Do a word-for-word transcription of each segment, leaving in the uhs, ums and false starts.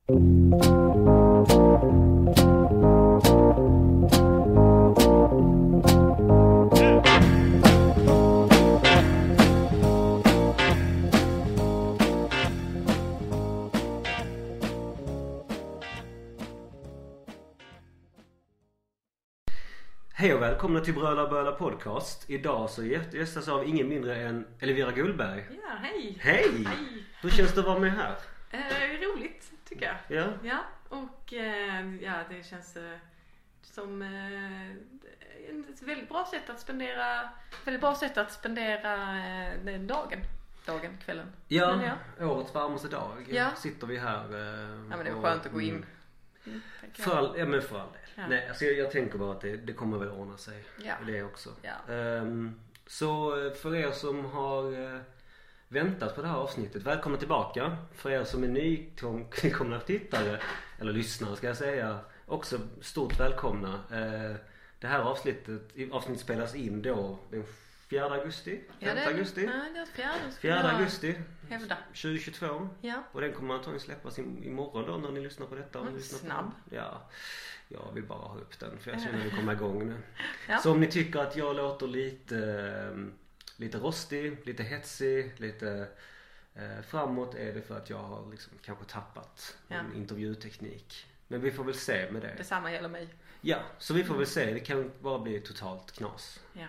Hej och välkomna till Bröla Böla podcast. Idag så gästas av ingen mindre än Elvira Gullberg. Ja, hej. Hej! Hej. Hur känns det att vara med här? Eh, roligt tycker jag. Ja. Ja, och eh, ja, det känns eh, som eh, ett väldigt bra sätt att spendera väldigt bra sätt att spendera eh, dagen. Dagen, kvällen. Ja, men, ja. årets varmaste dag. Ja. Sitter vi här. Eh, Ja, men det är och, skönt att gå in. Mm, Mm, för all, ja men för all del. Ja. Nej, alltså jag, jag tänker bara att det, det kommer väl ordna sig. Ja. Det också. Ja. Um, så för er som har uh, väntat på det här avsnittet, välkomna tillbaka. För er som är nykomna tittare eller lyssnare ska jag säga, också stort välkomna. Uh, det här avsnittet, avsnittet spelas in då den fjärde augusti, femte augusti. Nej, det är fjärde. fjärde augusti Hävda. tjugohundratjugotvå. Ja. Och den kommer antagligen släppas im- imorgon då när ni lyssnar på detta. Mm, lyssnar på snabb. den. Ja, jag vill bara ha upp den för jag känner att vi kommer igång nu. Ja. Så om ni tycker att jag låter lite, um, lite rostig, lite hetsig, lite uh, framåt, är det för att jag har liksom kanske tappat Ja. en intervjuteknik. Men vi får väl se med det. Detsamma gäller mig. Ja, så vi får väl se. Det kan bara bli totalt knas. Ja.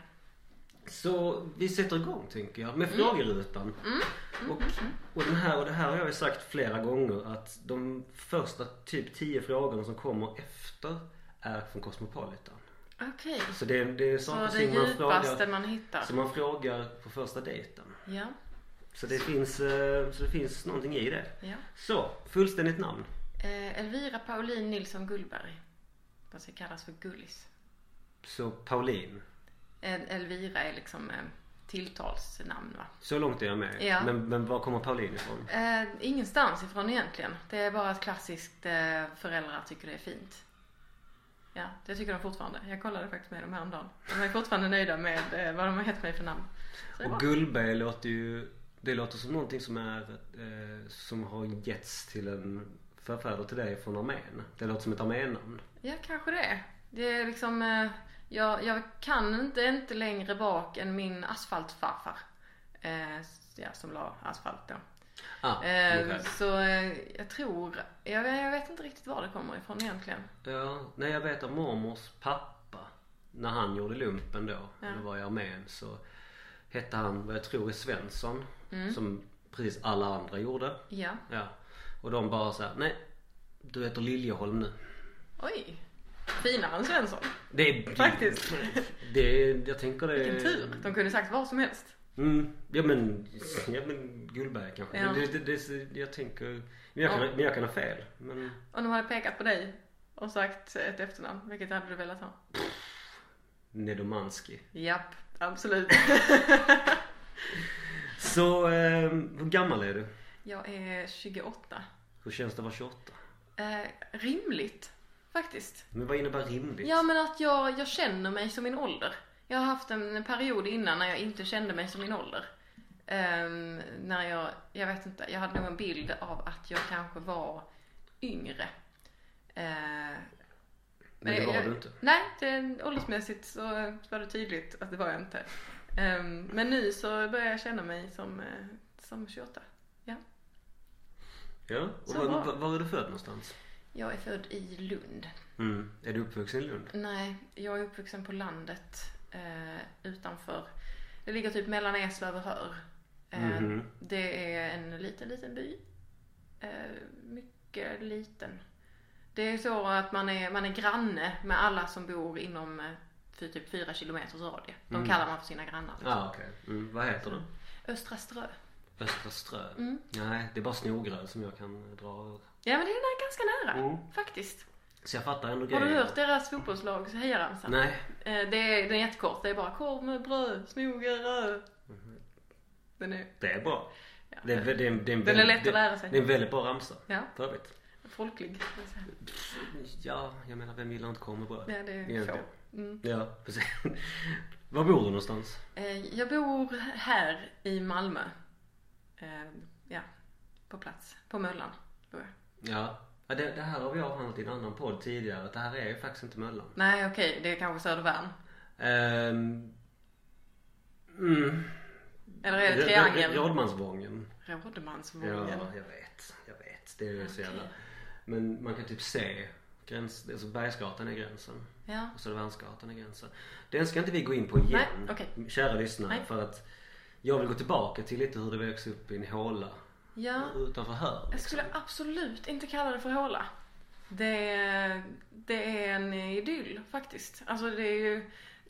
Så vi sätter igång tänker jag med mm. frågerutan. Mm. Mm. Och, och, den här, och det här har jag ju sagt flera gånger att de första typ tio frågorna som kommer efter är från Cosmopolitan. Okej. Okay. Så det, det är Så saker det som man djupaste frågar, man hittar. som man frågar på första dejten. Ja. Så det finns, så det finns någonting i det. Ja. Så, fullständigt namn. Eh, Elvira Pauline Nilsson Gullberg. Vad ska kallas för Gullis. Så Pauline. El- Elvira är liksom eh, tilltalsnamn, va? Så långt är jag med. Ja. Men, men var kommer Pauline ifrån? Eh, ingenstans ifrån egentligen. Det är bara ett klassiskt eh, föräldrar tycker det är fint. Ja, det tycker de fortfarande. Jag kollade faktiskt med dem häromdagen. De är fortfarande nöjda med eh, vad de har gett mig för namn. Så det är Och bra. Gullberg låter ju, det låter som någonting som är eh, som har getts till en förfäder till dig från armén. Det låter som ett arménamn. Ja, kanske det. Det är liksom eh, jag, jag kan inte inte längre bak än min asfaltfarfar. Eh, ja, som la asfalt då. Ah, Eh, okay. Så eh, jag tror, jag, jag vet inte riktigt var det kommer ifrån egentligen. Ja, nej jag vet att mormors pappa, när han gjorde lumpen då, Ja. eller var i armén, så hette han, vad jag tror är Svensson, Mm. som precis alla andra gjorde. Ja. Ja. Och de bara så här: nej, du heter Liljeholm nu. Oj, finare än Svensson. Det är Faktiskt. Det är, jag tänker det. Vilken tur, de kunde sagt vad som helst. Mm, ja men, ja men Gullberg kanske. Ja. Det, det, det, jag tänker, men jag, kan, Ja. men jag kan ha fel. Men Om de hade pekat på dig och sagt ett efternamn, vilket hade du velat ha? Nedomanski. Japp, absolut. Så, eh, hur gammal är du? Jag är tjugoåtta. Hur känns det att vara tjugoåtta? Eh, rimligt, faktiskt. Men vad innebär rimligt? Ja, men att jag, jag känner mig som min ålder. Jag har haft en period innan när jag inte kände mig som min ålder. Ehm, när jag, jag vet inte, jag hade nog en bild av att jag kanske var yngre. Ehm, Men det var jag, du inte. Nej, det, åldersmässigt så var det tydligt att det var jag inte. Ehm, men nu så börjar jag känna mig som, eh, som tjugoåtta. Ja. Ja, och Så var, bra. var, var är du född någonstans? Jag är född i Lund. Mm. Är du uppvuxen i Lund? Nej, jag är uppvuxen på landet eh, utanför. Det ligger typ mellan Eslöv och Hör. Eh, Mhm. Det är en liten, liten by. Eh, mycket liten. Det är så att man är, man är granne med alla som bor inom eh, för typ fyra kilometers radie. De Mm. kallar man för sina grannar. Ja, ah, okej. Okay. Mm. Vad heter du? Östra Strö. Östra Strö? Mm. Nej, det är bara Snorgröd som jag kan dra över. Ja, men det är ganska nära, Mm. faktiskt. Så jag fattar ändå Har grejen. du hört deras fotbollslags hejaramsa? Nej. Eh, det är, den är jättekort. Det är bara korv med bröd, snorgröd. Den är, Det är bra. ja, Det är, det är, det är, en den är väldigt- lätt att det- lära sig. Det är en väldigt bra ramsa. Ja, För övrigt. folklig. Ja, jag menar, vem gillar inte korv med bröd? Ja, det är Egentligen. få. Mm. Ja, precis. Var bor du någonstans? Eh, Jag bor här i Malmö. Eh, Ja, på plats. På Möllan bor jag. Ja, Ja, det, det här har vi avhandlat i en annan podd tidigare. Att det här är ju faktiskt inte Möllan. Nej, okej. Okay. Det är kanske Södervärn. Um, mm. Eller är det Triangeln? Rådmansvången. Rådmansvången. Ja, jag vet. Jag vet. Det är ju så jävla. Men man kan typ se gräns, alltså Bergsgatan är gränsen. Ja. Och Södervärnsgatan är gränsen. Den ska inte vi gå in på igen. Nej, okay. Kära lyssnare. Nej. För att jag vill gå tillbaka till lite hur det växte upp i en håla. Ja. Utanför här. Liksom. Jag skulle absolut inte kalla det för håla. Det, det är en idyll faktiskt. Alltså det är ju...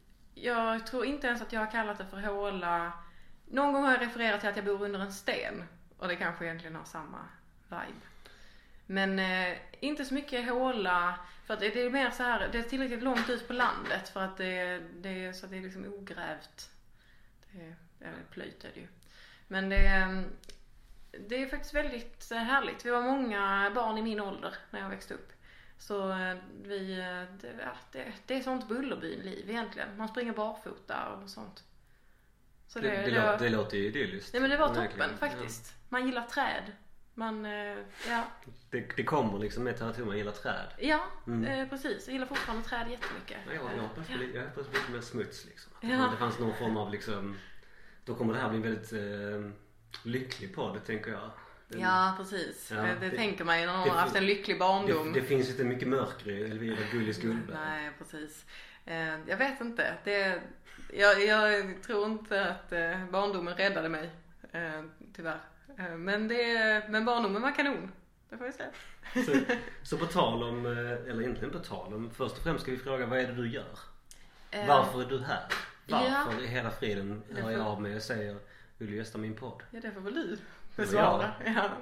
Jag tror inte ens att jag har kallat det för håla. Någon gång har jag refererat till att jag bor under en sten. Och det kanske egentligen har samma vibe. Men eh, inte så mycket håla. För att det, det är mer så här. Det är tillräckligt långt ut på landet. För att det, det är så att det är liksom ogrävt. Det är, eller plöjt är det ju. Men det, det är faktiskt väldigt härligt. Vi var många barn i min ålder när jag växte upp. Så vi, det, det, det är sånt Bullerbyn-liv egentligen. Man springer barfota och sånt. Så det, det, det, det, var, det låter ju idylliskt. Nej men det var toppen verkligen. Faktiskt. Ja. Man gillar träd. Man, ja. Det, det kommer liksom med territorium, man gillar träd. Ja, mm. eh, precis. Jag gillar fortfarande träd jättemycket. Ja, jag, jag hoppas på ja. lite mer smuts liksom. Att ja. Det fanns någon form av liksom... Då kommer det här bli en väldigt eh, lycklig podd, tänker jag. Den, ja, precis. Ja, det, det tänker man ju när man har haft en lycklig barndom. Det, det finns inte mycket mörker i Elvira Gullis Gullberg. Nej, precis. Eh, jag vet inte. Det, jag, jag tror inte att eh, barndomen räddade mig. Eh, tyvärr. Eh, men, det, men barndomen var kanon. Det får jag säga. Så, så på tal om, eller egentligen på tal om, först och främst ska vi fråga, vad är det du gör? Eh, Varför är du här? Varför ja. i hela friden hör får... jag av mig och säger, vill du gästa min podd? Ja, det får väl du besvara. Ja. Ja.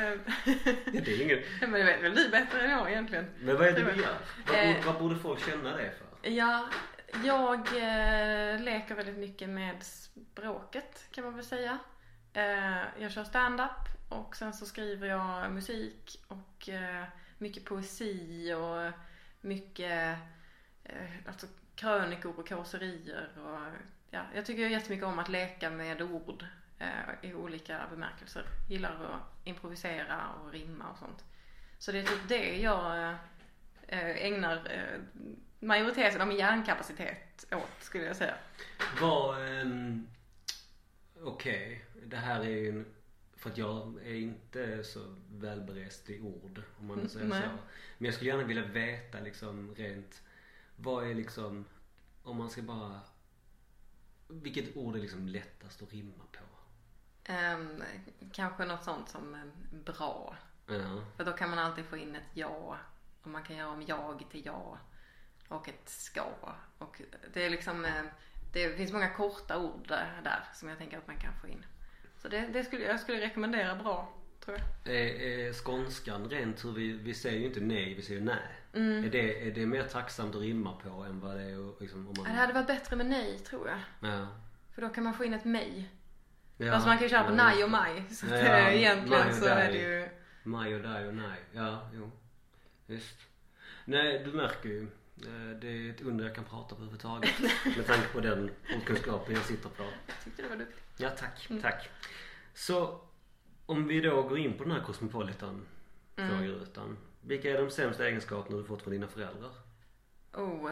Ja, det är ingen... Men det vet väl du bättre än jag egentligen. Men vad är det du gör? Vad, eh, vad borde folk känna det för? Ja, jag eh, leker väldigt mycket med språket kan man väl säga. Eh, jag kör stand-up och sen så skriver jag musik och eh, mycket poesi och mycket eh, alltså krönikor och kåserier och ja, jag tycker jättemycket om att leka med ord eh, i olika bemärkelser. Gillar att improvisera och rimma och sånt. Så det är typ det jag eh, ägnar eh, majoriteten av min hjärnkapacitet åt, skulle jag säga. Vad um, okej, okay. Det här är ju en, för att jag är inte så välberest i ord, om man säger mm, så. Men jag skulle gärna vilja veta liksom rent, vad är liksom, om man ska bara, vilket ord är liksom lättast att rimma på? Um, kanske något sånt som um, bra. Uh-huh. För då kan man alltid få in ett ja. Och man kan göra om jag till ja. Och ett ska. Och det är liksom, det finns många korta ord där, där som jag tänker att man kan få in. Så det, det skulle jag skulle rekommendera bra, tror jag. Är, är skånskan rent hur vi, vi säger ju inte nej, vi säger nej. Mm. Är, det, är det mer tacksamt att rimma på än vad det är liksom, om man... Det hade varit bättre med nej, tror jag. Ja. För då kan man få in ett mig. Ja, alltså man kan ju köra på ja, nej och maj. Så ja, det, egentligen och så är det ju... Maj och dig och nej. Ja, jo. Just. Nej, du märker ju. Det är ett under jag kan prata på överhuvudtaget. Med tanke på den okunskapen jag sitter på. Jag tyckte det var duktigt. Ja, tack. Mm. Tack. Så om vi då går in på den här Cosmopolitan mm. frågerutan. Vilka är de sämsta egenskaperna du fått från dina föräldrar? Oh,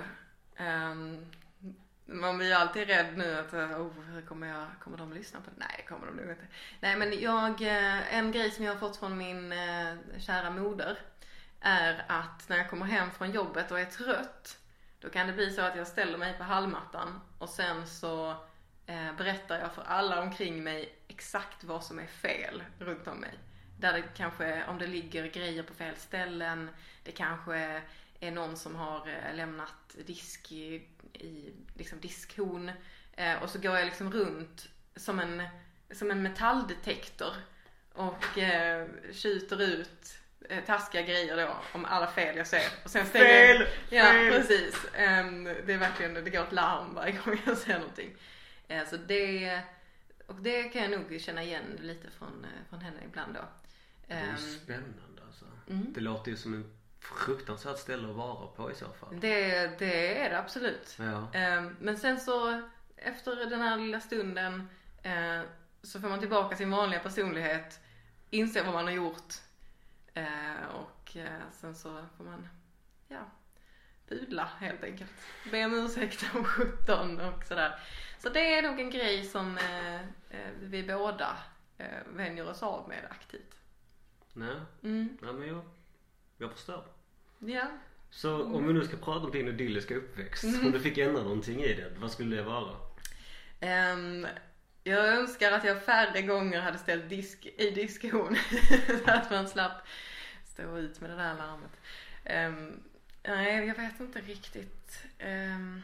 um, man blir alltid rädd nu att oh, kommer, jag, kommer de lyssna på det? Nej, kommer de nog inte. Nej, men jag, en grej som jag har fått från min eh, kära moder är att när jag kommer hem från jobbet och är trött, då kan det bli så att jag ställer mig på hallmattan och sen så eh, berättar jag för alla omkring mig exakt vad som är fel runt om mig. Där det kanske, om det ligger grejer på fel ställen, det kanske är någon som har eh, lämnat disk i, i liksom diskhon eh, och så går jag liksom runt som en, som en metalldetektor och eh, skjuter ut taskiga grejer då om alla fel jag ser och sen stänger fel, ja fel. Precis um, det är verkligen, det går ett larm varje gång jag ser någonting uh, så det och det kan jag nog känna igen lite från, uh, från henne ibland då. Um, det är spännande alltså. Mm. Det låter ju som en fruktansvärt ställe att vara på i så fall. Det, det är det absolut. Ja. Um, men sen så efter den här lilla stunden uh, så får man tillbaka sin vanliga personlighet, inser vad man har gjort. Uh, och och eh, sen så får man, ja, pudla helt enkelt. Be om ursäkt om sjutton och sådär. Så det är nog en grej som eh, vi båda eh, vänjer oss av med aktivt. Nej, Mm. Nej men jag, jag förstår. Ja. Så om vi nu ska prata om din idylliska uppväxt, Mm. om du fick ändra någonting i det, vad skulle det vara? Um, jag önskar att jag färre gånger hade ställt disk i diskussion så att man slapp stå ut med det där larmet. Um, nej, jag vet inte riktigt. Um,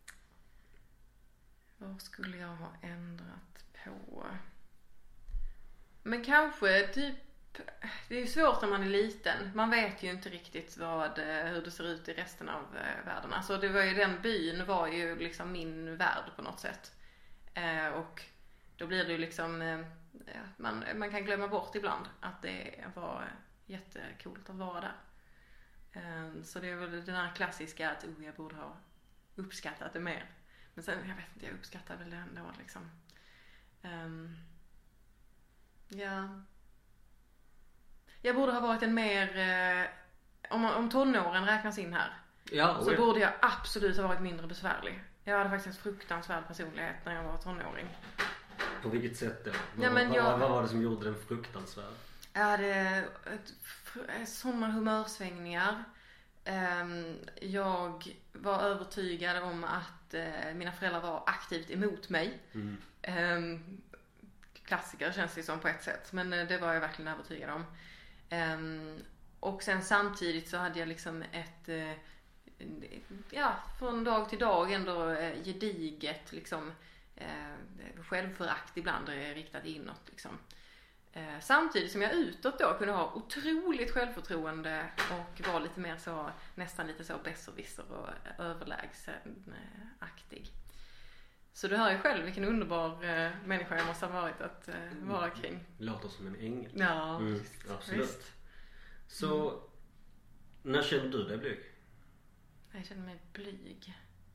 vad skulle jag ha ändrat på? Men kanske typ, det är ju svårt när man är liten. Man vet ju inte riktigt vad, hur det ser ut i resten av världen. Alltså det var ju, den byn var ju liksom min värld på något sätt. Eh, och då blir det ju liksom, eh, man, man kan glömma bort ibland att det var jättekult att vara där. Eh, så det är väl den här klassiska att oh, jag borde ha uppskattat det mer. Men sen, jag vet inte, jag uppskattar väl det ändå liksom. Um, ja... Jag borde ha varit en mer, eh, om, om tonåren räknas in här, Ja, så ja. borde jag absolut ha varit mindre besvärlig. Jag hade faktiskt en fruktansvärd personlighet när jag var tonåring. På vilket sätt då? Vad, Ja, men jag- vad, vad var det som gjorde den fruktansvärd? Jag hade ett, fr- sådana humörsvängningar. Ehm, Jag var övertygad om att eh, mina föräldrar var aktivt emot mig. Mm. Ehm, Klassiker känns det som på ett sätt, men eh, det var jag verkligen övertygad om. Ehm, Och sen samtidigt så hade jag liksom ett, eh, ja, från dag till dag ändå eh, gediget liksom eh, självförakt ibland är riktat inåt liksom. Eh, samtidigt som jag utåt då kunde ha otroligt självförtroende och var lite mer så, nästan lite så besserwisser och överlägsenaktig. Så du hör ju själv vilken underbar eh, människa jag måste ha varit att eh, vara kring. Låter som en ängel. Ja, Mm, visst, absolut. visst. Så, när kände du dig blyg? Jag känner mig blyg.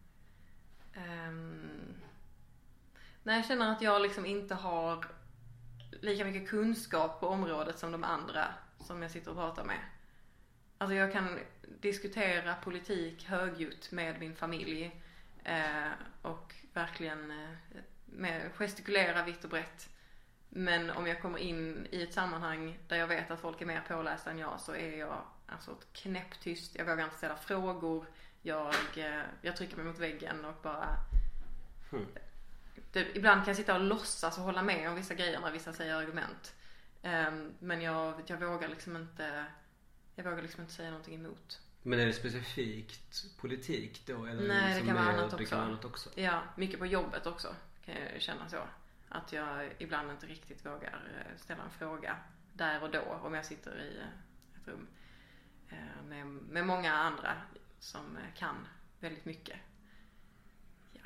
Um, när jag känner att jag liksom inte har lika mycket kunskap på området som de andra som jag sitter och pratar med. Alltså jag kan diskutera politik högljutt med min familj eh, och verkligen eh, med, gestikulera vitt och brett. Men om jag kommer in i ett sammanhang där jag vet att folk är mer pålästa än jag, så är jag alltså knäpptyst. Jag vågar inte ställa frågor. Jag, eh, jag trycker mig mot väggen och bara... Hmm. Det, ibland kan jag sitta och låtsas och hålla med om vissa grejer när vissa säger argument. Um, men jag, jag vågar liksom inte jag vågar liksom inte säga någonting emot. Men är det specifikt politik då? Eller Nej, det liksom kan vara mer- annat det också. kan vara annat också. Ja, mycket på jobbet också kan jag känna så. Att jag ibland inte riktigt vågar eh, ställa en fråga där och då om jag sitter i eh, ett rum eh, med, med många andra som eh, kan väldigt mycket. Ja.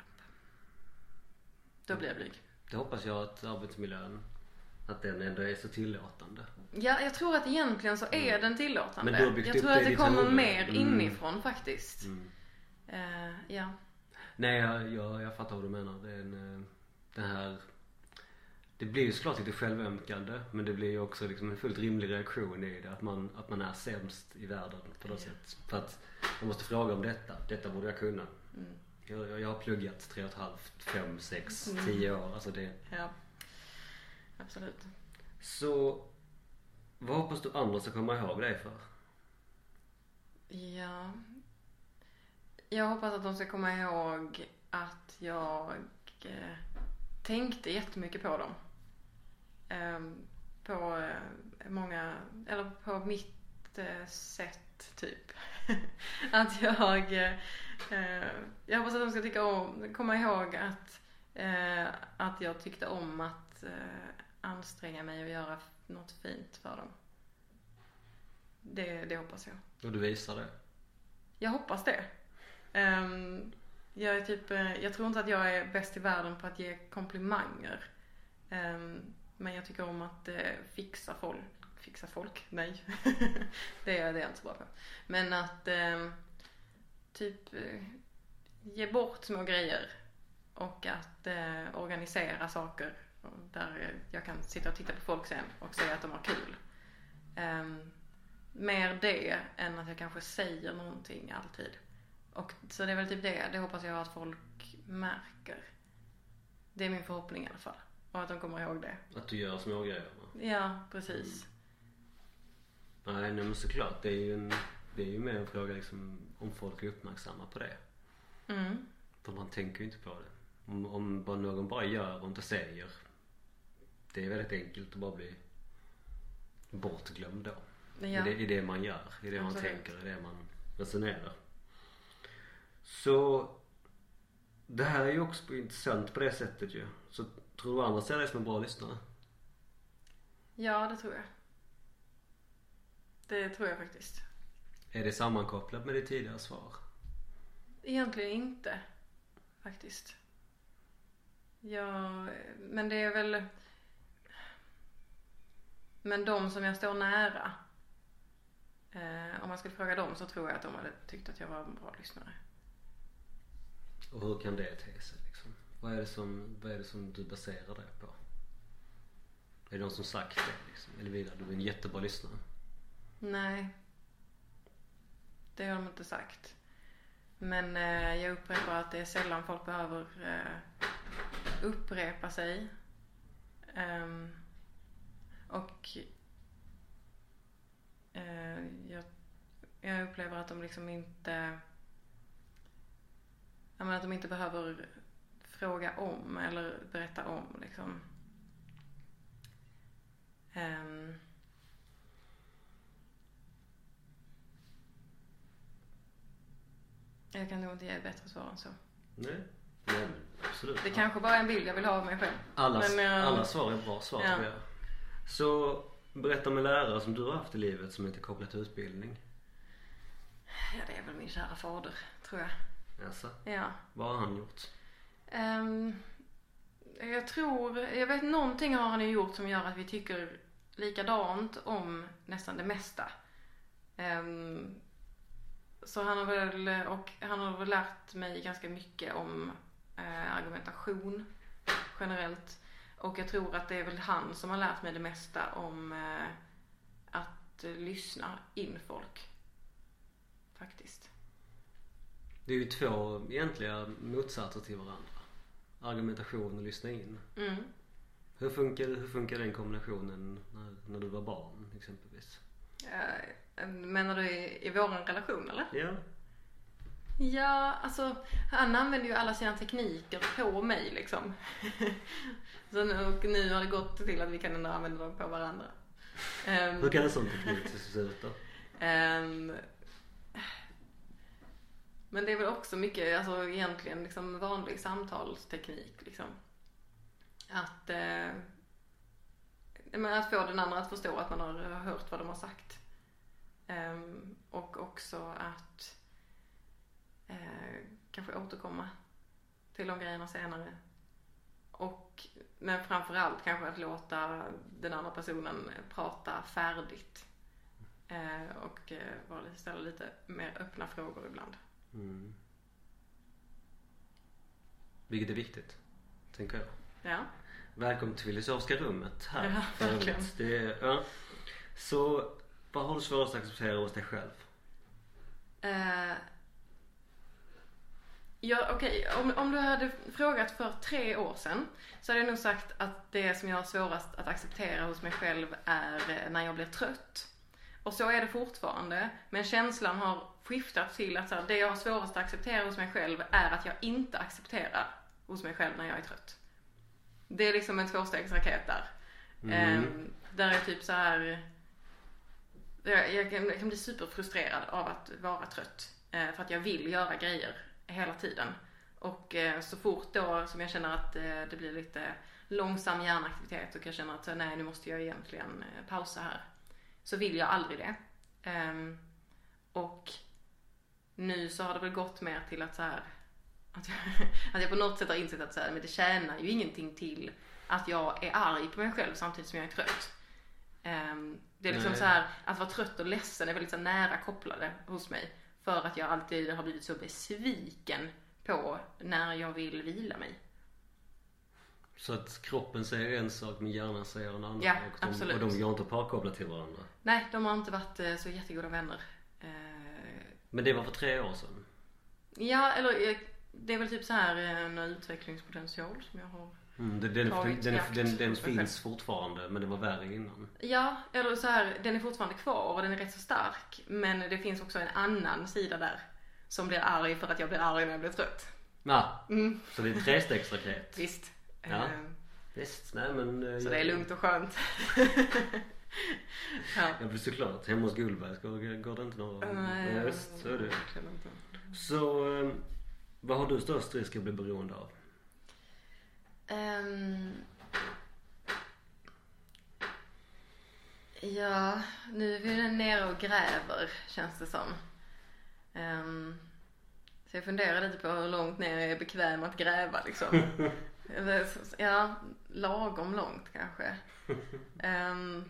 Då blir jag blyg. Det hoppas jag att arbetsmiljön, att den ändå är så tillåtande. Ja, jag tror att egentligen så är den tillåtande. Men du har byggt jag upp tror det att i det ditt kommer huvud. mer Mm. inifrån faktiskt. Mm. Eh, ja. Nej, jag, jag, jag fattar vad du menar. Det är en, eh, den här... Det blir ju såklart lite självömkande, men det blir ju också liksom en fullt rimlig reaktion i det. Att man, att man är sämst i världen på något Ja. sätt. För att man måste fråga om detta. Detta borde jag kunna. Mm. Jag, jag, jag har pluggat tre och ett halvt, fem, sex, Mm. tio år. Alltså det... Ja. Absolut. Så vad hoppas du andra ska komma ihåg dig för? Ja. Jag hoppas att de ska komma ihåg att jag eh, tänkte jättemycket på dem. Eh, på eh, många, eller på mitt eh, sätt typ. Att jag eh, jag hoppas att de ska tycka om, komma ihåg att eh, att jag tyckte om att eh, anstränga mig och göra något fint för dem. Det, det hoppas jag. Och du visar det. Jag hoppas det. Um, jag är typ, uh, jag tror inte att jag är bäst i världen på att ge komplimanger. Um, men jag tycker om att uh, fixa folk. Fixa folk? Nej. det, är, det är jag inte så bra på. Men att um, typ uh, ge bort små grejer. Och att uh, organisera saker. Där jag kan sitta och titta på folk sen och säga att de har kul. Um, mer det än att jag kanske säger någonting alltid. Och så det är väl typ det. Det hoppas jag att folk märker. Det är min förhoppning i alla fall. Och att de kommer ihåg det. Att du gör små grejer. Ja, precis. Mm. Nej, men såklart. Det är ju, en, det är ju mer en fråga liksom, om folk är uppmärksamma på det. Mm. För man tänker ju inte på det. Om, om bara någon bara gör och inte säger. Det är väldigt enkelt att bara bli bortglömd då. Ja. I, det, I det man gör. I det man Absolut. tänker. I det man resonerar. Så det här är ju också intressant på det sättet ju. Så tror du andra ser dig som en bra lyssnare? Ja, det tror jag. Det tror jag faktiskt. Är det sammankopplat med ditt tidigare svar? Egentligen inte. Faktiskt. Ja, men det är väl... Men de som jag står nära. Eh, om man skulle fråga dem så tror jag att de hade tyckt att jag var en bra lyssnare. Och hur kan det te sig liksom? Vad är det som, vad är det som du baserar det på? Är det någon som sagt det liksom? Eller vidare, du är en jättebra lyssnare. Nej. Det har de inte sagt. Men eh, jag upprepar att det är sällan folk behöver eh, upprepa sig. Um, och eh, jag, jag upplever att de liksom inte... Jag menar att de inte behöver fråga om eller berätta om liksom. Um, jag kan nog inte ge ett bättre svar än så. Nej, nej men absolut. Det kanske bara är en bild jag vill ha av mig själv. Alla, men, uh, alla svar är bra svar ja. tror jag. Så berätta om en lärare som du har haft i livet som inte är kopplat till utbildning. Ja, det är väl min kära fader, tror jag. Alltså, Ja. vad har han gjort? Um, jag tror, jag vet någonting har han ju gjort som gör att vi tycker likadant om nästan det mesta. Um, så han har väl, och han har väl lärt mig ganska mycket om eh, argumentation generellt. Och jag tror att det är väl han som har lärt mig det mesta om eh, att eh, lyssna in folk. Faktiskt. Det är ju två egentliga motsatser till varandra. Argumentation och lyssna in. Mm. Hur funkar, hur funkar den kombinationen när, när du var barn exempelvis? Uh, menar du i, i vår relation eller? Ja. Ja, alltså han använder ju alla sina tekniker på mig liksom. Så nu, och nu har det gått till att vi kan ändå använda dem på varandra. Um, hur kan en sån teknik se ut då? Um, men det är väl också mycket, alltså egentligen liksom vanlig samtalsteknik liksom. Att, eh, att få den andra att förstå att man har hört vad de har sagt. Um, och också att eh, kanske återkomma till de grejerna senare. Och, men framförallt kanske att låta den andra personen prata färdigt. Eh, och eh, vara lite, ställa lite mer öppna frågor ibland. Mm. Vilket är viktigt, tänker jag. Ja. Välkommen till filosofiska rummet här. Ja, verkligen. Det är, ja. Så vad har du svårast att acceptera hos dig själv? Uh, ja, okej. Okay. Om, om du hade frågat för tre år sedan så hade jag nog sagt att det som jag har svårast att acceptera hos mig själv är när jag blir trött. Och så är det fortfarande. Men känslan har skiftat till att så här, det jag har svårast att acceptera hos mig själv är att jag inte accepterar hos mig själv när jag är trött. Det är liksom en tvåstegsraket där. Mm. Um, där är typ så här. Jag, jag, kan, jag kan bli superfrustrerad av att vara trött. Uh, för att jag vill göra grejer hela tiden. Och uh, så fort då som jag känner att uh, det blir lite långsam hjärnaktivitet och jag känner att nej, nu måste jag egentligen uh, pausa här. Så vill jag aldrig det. Um, och nu så har det väl gått mer till att så här. Att jag, att jag på något sätt har insett att så här, men det tjänar ju ingenting till att jag är arg på mig själv samtidigt som jag är trött. Um, det är liksom Nej. så här, att vara trött och ledsen är väldigt så nära kopplade hos mig. För att jag alltid har blivit så besviken på när jag vill vila mig. Så att kroppen säger en sak men hjärnan säger en annan. Ja, och, de, absolut. och de går inte att parkoppla till varandra. Nej, de har inte varit eh, så jättegoda vänner. Eh, Men det var för tre år sedan. ja, eller eh, det är väl typ så här en utvecklingspotential som jag har. Mm, den den, Tagit den, jakt den, den, hos mig finns fortfarande men det var värre innan. Ja, eller så här, den är fortfarande kvar och den är rätt så stark. Men det finns också en annan sida där som blir arg för att jag blir arg när jag blir trött. Ja, Mm. så det är trestegsraket. Visst. Ja. Eh, Visst, nej men... eh, så jag- det är lugnt och skönt. ja. Ja, men såklart. Hemma hos Gullberg går, går det inte några... Nej, Nej, visst, så är det. verkligen inte. Så, eh, vad har du störst risk att bli beroende av? Ehm, ja, nu är vi nere och gräver känns det som. Ehm, så jag funderar lite på hur långt ner jag är bekväm att gräva liksom. Ja, lagom långt kanske. Ehm,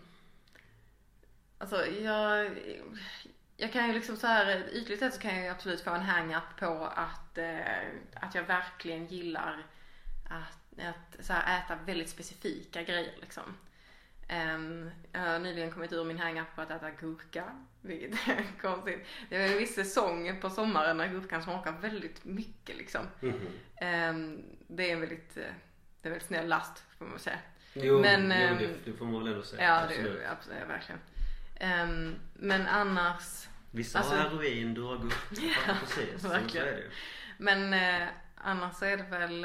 alltså jag, jag kan ju liksom så här ytligt sett så kan jag ju absolut få en hang-up på att, eh, att jag verkligen gillar att, att så här, äta väldigt specifika grejer liksom. Um, jag har nyligen kommit ur min hang-up på att äta gurka, vilket är konstigt. Det är en viss säsong på sommaren när gurkan smakar väldigt mycket liksom. Mm-hmm. Um, det är en väldigt, det är väldigt snäll last får man säga. Jo, Men, jo ehm, det, det får man väl ändå säga. Ja, det absolut. är absolut, verkligen. Um, men annars... Vissa alltså- har heroin, du har gurka. Ja, precis. Så, så är verkligen. det ju. Men eh, annars så är det väl...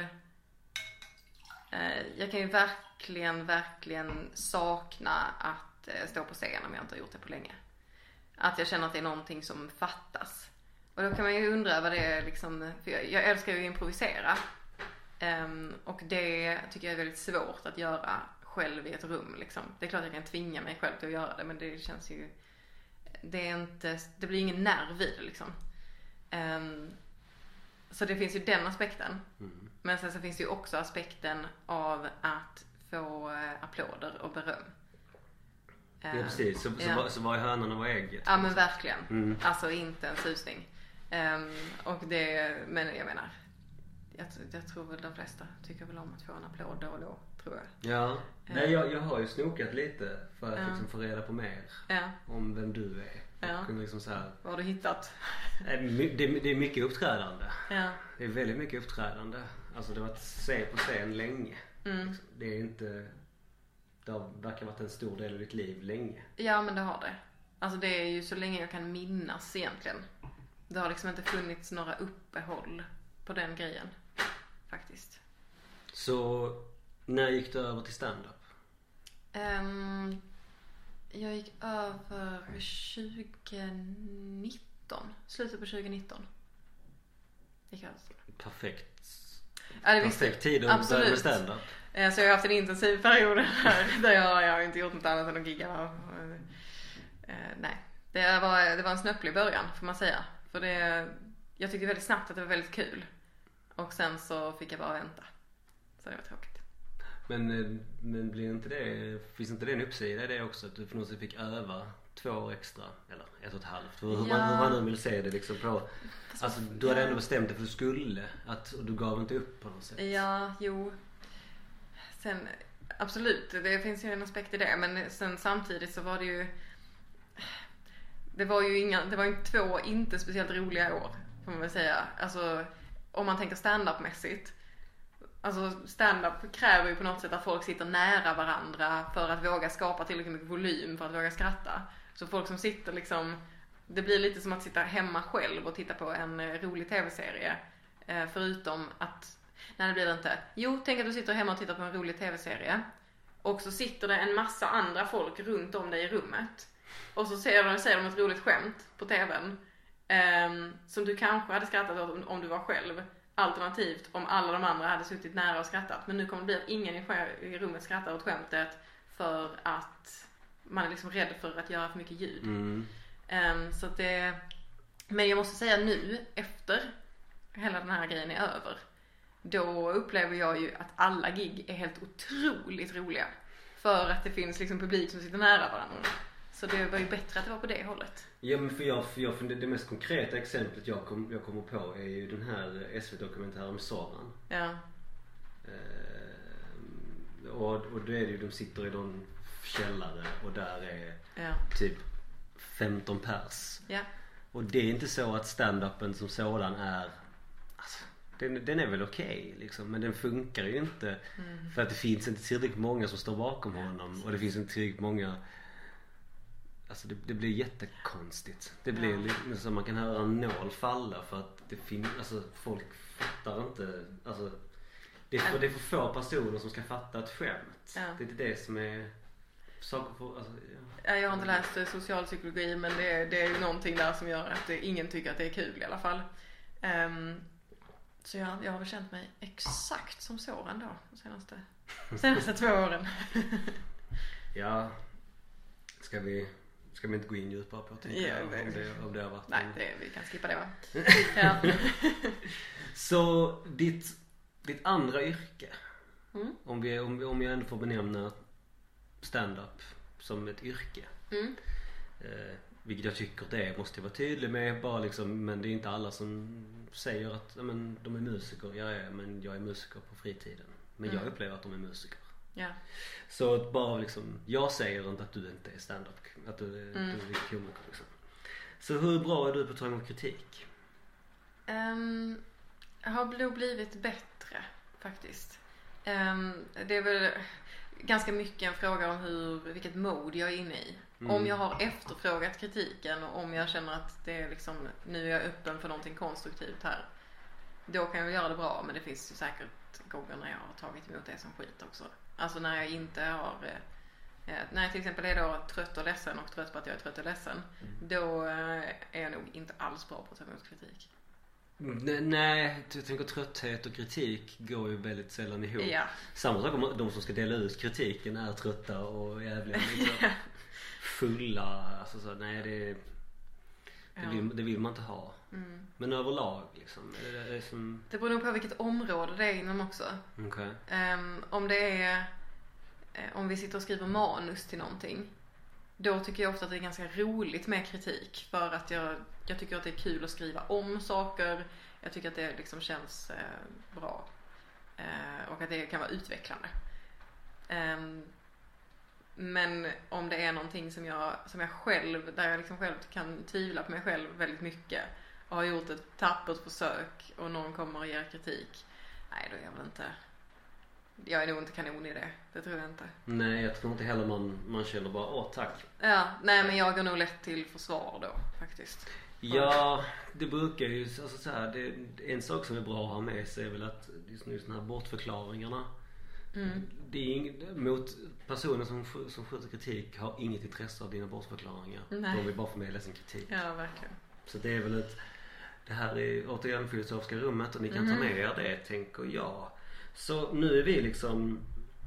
Eh, jag kan ju verkligen, verkligen sakna att eh, stå på scen om jag inte har gjort det på länge. Att jag känner att det är någonting som fattas. Och då kan man ju undra vad det är liksom... För jag, jag älskar ju att improvisera. Ehm, och det tycker jag är väldigt svårt att göra själv i ett rum liksom. Det är klart jag kan tvinga mig själv till att göra det, men det känns ju... Det är inte... Det blir ingen nerv i det liksom. Ehm, så det finns ju den aspekten. Mm. Men sen så finns det ju också aspekten av att få eh, applåder och beröm. Ja, precis. Så, så, ja. var, så var är hönan och var ägget? Ja, men verkligen. Mm. Alltså inte en susning. Um, och det, men jag menar, jag, jag tror väl de flesta tycker väl om att få en applåd då och då, tror jag. Ja, nej jag, jag har ju snokat lite för att Ja. liksom få reda på mer Ja, om vem du är. Ja. Och liksom så här, vad har du hittat? det, är, det är mycket uppträdande. Ja. Det är väldigt mycket uppträdande. Alltså det har varit se på scen länge. Mm. Liksom. Det är inte... Det har verkar varit en stor del av ditt liv länge. Ja, men det har det. Alltså det är ju så länge jag kan minnas egentligen. Det har liksom inte funnits några uppehåll på den grejen. Faktiskt. Så när gick du över till stand-up? Um, jag gick över tjugonitton. Slutet på tjugonitton. Gick jag över. Perfekt. Ja, det visste Perfekt tid att börja med absolut. stand-up. Eh, Så jag har haft en intensiv period här där jag, jag har inte gjort något annat än att gigga. Eh, nej, det var, det var en snöplig början får man säga. För det, jag tyckte väldigt snabbt att det var väldigt kul. Och sen så fick jag bara vänta. Så det var tråkigt. Men, eh, men blir inte det, finns inte det en uppsida i det också? Att du på något sätt fick öva två år extra? Eller ett och ett halvt? Hur, hur, Ja. man, hur man nu vill se det liksom på. Alltså du hade ja. ändå bestämt dig för att du skulle. Att, och du gav inte upp på något sätt. Ja, jo. Sen, absolut, det finns ju en aspekt i det. Men sen samtidigt så var det ju... Det var ju inga, det var ju två inte speciellt roliga år, får man väl säga. Alltså, om man tänker stand-up-mässigt. Alltså, stand-up kräver ju på något sätt att folk sitter nära varandra för att våga skapa tillräckligt mycket volym för att våga skratta. Så folk som sitter liksom... Det blir lite som att sitta hemma själv och titta på en eh, rolig tv-serie. Eh, förutom att... Nej, det blir det inte. Jo, tänk att du sitter hemma och tittar på en rolig tv-serie. Och så sitter det en massa andra folk runt om dig i rummet. Och så ser de, säger de ett roligt skämt på tvn. Eh, som du kanske hade skrattat åt om, om du var själv. Alternativt om alla de andra hade suttit nära och skrattat. Men nu kommer det bli att ingen i, i rummet skrattar åt skämtet. För att man är liksom rädd för att göra för mycket ljud. Mm. Um, så att det... Men jag måste säga nu, efter hela den här grejen är över, då upplever jag ju att alla gig är helt otroligt roliga. För att det finns liksom publik som sitter nära varandra. Så det var ju bättre att det var på det hållet. Ja, men för jag, för jag det, det mest konkreta exemplet jag, kom, jag kommer på är ju den här S V T-dokumentären om Soran. Ja. Eh, och, och då är det ju, de sitter i någon källare och där är Ja. typ femton pers. Ja. Och det är inte så att stand-upen som sådan är, alltså, den, den är väl okej okay, liksom, men den funkar ju inte mm. för att det finns inte tillräckligt många som står bakom honom och det finns inte tillräckligt många. Alltså det, det blir jättekonstigt. Det blir ja. liksom som man kan höra en nål falla för att det finns, alltså folk fattar inte, alltså det är för, det är för få personer som ska fatta ett skämt. Ja. Det är det som är saker för, alltså, ja. Jag har inte läst socialpsykologi, men det är, det är ju någonting där som gör att det, ingen tycker att det är kul i alla fall. Um, så jag, jag har väl känt mig exakt som Soran då de senaste, senaste två åren. Ja, ska vi ska vi inte gå in djupare på tänker ja, jag, det, om, det, om det har varit nej, en... det, vi kan skippa det va? Ja. Så ditt, ditt andra yrke, mm. om, vi, om, vi, om jag ändå får benämna stand-up som ett yrke, mm. eh, vilket jag tycker det måste jag vara tydlig med, bara liksom, men det är inte alla som säger att ja, men, de är musiker. Jag är, men jag är musiker på fritiden, men mm. jag upplever att de är musiker. Ja. Så bara liksom, jag säger inte att du inte är stand-up, att du, mm. du är komiker liksom. Så hur bra är du på att ta emot kritik? Um, jag har nog blivit bättre faktiskt. Um, det är väl ganska mycket en fråga om hur, vilket mode jag är inne i. Mm. Om jag har efterfrågat kritiken och om jag känner att det är liksom, nu är jag öppen för någonting konstruktivt här, då kan jag göra det bra. Men det finns ju säkert gånger när jag har tagit emot det som skit också. Alltså när jag inte har eh, när jag till exempel är då trött och ledsen och trött på att jag är trött och ledsen, mm. då eh, är jag nog inte alls bra på att ta emot kritik. Mm. Nej, jag tänker trötthet och kritik går ju väldigt sällan ihop. Ja. Samma sak om de som ska dela ut kritiken är trötta och jävligt liksom fulla, alltså så, nej det, det, ja. vill, det vill man inte ha. Mm. Men överlag liksom, är det, är det, som... det beror nog på vilket område det är inom också. Okay. Um, om det är om vi sitter och skriver manus till någonting, då tycker jag ofta att det är ganska roligt med kritik, för att jag, jag tycker att det är kul att skriva om saker. Jag tycker att det liksom känns eh, bra eh, och att det kan vara utvecklande. Um, men om det är någonting som jag, som jag själv, där jag liksom själv kan tvivla på mig själv väldigt mycket och har gjort ett tappert försök och någon kommer och ger kritik, nej då är jag väl inte, jag är nog inte kanon i det, det tror jag inte. Nej, jag tror inte heller man, man känner bara, åh tack. Ja, nej men jag går nog lätt till försvar då faktiskt. Ja, det brukar ju, alltså så här, det, en sak som är bra att ha med sig är väl att just nu såna här bortförklaringarna, mm. det är ing, mot personer som, som skjuter kritik har inget intresse av dina bortförklaringar. Nej. De vill bara förmedla sin kritik. Ja, verkligen. Så det är väl ett, det här är återigen filosofiska rummet och ni kan mm. ta med er det, tänker jag. Så nu är vi liksom,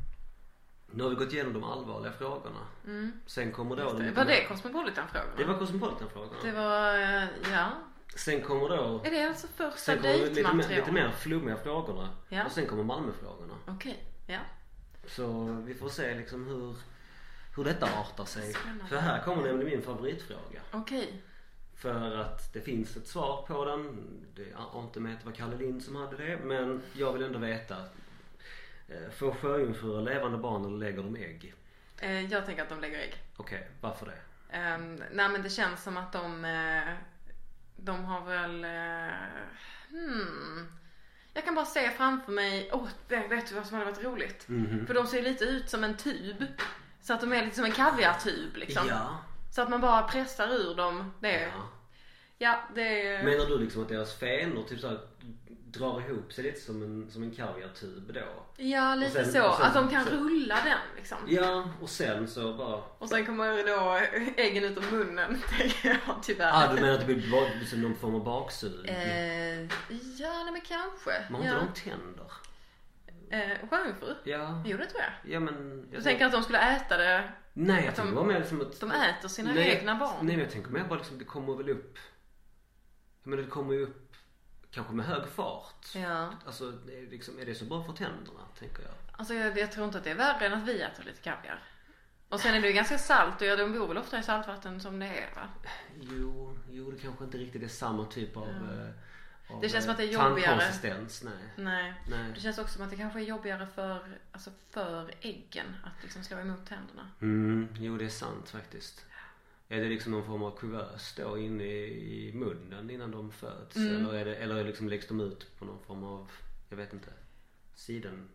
nu har vi gått igenom de allvarliga frågorna. Mm. Sen kommer då det. Var det Cosmopolitan-frågorna? Det var Cosmopolitan-frågorna. Det var, ja. Sen kommer då, är det alltså första sen kommer lite mer, lite mer flummiga frågorna. Ja. Och sen kommer Malmöfrågorna. Okej, okay. Ja. Så vi får se liksom hur, hur detta artar sig. Spännande. För här kommer nämligen min favoritfråga. Okej. Okay. För att det finns ett svar på den. Det är inte med att det var Kalle Lind som hade det. Men jag vill ändå veta. Får sjöjungfrur levande barn eller lägger de ägg? Eh, jag tänker att de lägger ägg. Okej, okay, varför det? Um, nej men det känns som att de eh, de har väl eh, hmm, jag kan bara se framför mig, åh, oh, vet du vad som hade varit roligt? Mm-hmm. För de ser lite ut som en tub. Så att de är lite som en kaviartub liksom. Ja. Så att man bara pressar ur dem. Det är, ja. Ja, det är... Menar du liksom att deras fenor typ så här drar ihop sig lite som en, som en kaviartub då? Ja, lite sen, så. Sen, att de kan så, rulla den liksom. Ja, och sen så bara... Och sen kommer då äggen ut ur munnen, tänker jag tyvärr. Ah, du menar att det blir liksom någon form av baksug? Eh, ja, nej, men kanske. Man har ja. inte de tänder? Eh, sjöjungfru? Ja. Jo, det tror jag. Ja, men... Jag, jag tänker att de skulle äta det... Nej, jag tänker bara mer liksom att... De äter sina nej, egna barn. Nej, men jag tänker mer bara liksom, det kommer väl upp... Men det kommer ju upp kanske med hög fart. Ja. Alltså, liksom, är det så bra för tänderna, tänker jag? Alltså, jag, jag tror inte att det är värre än att vi äter lite kaviar. Och sen är det ju ganska salt och ja, de bor väl ofta i saltvatten som det är, va? Jo, jo det kanske inte riktigt är samma typ av... Ja. av Det känns som att det är jobbigare. Tandkonsistens, nej. Nej. nej. Det känns också som att det kanske är jobbigare för, alltså för äggen att liksom slå emot tänderna. Mm, jo det är sant faktiskt. Är det liksom någon form av kuvös då inne i, i munnen innan de föds? Mm. Eller, är det, eller liksom läggs de ut på någon form av, jag vet inte, siden?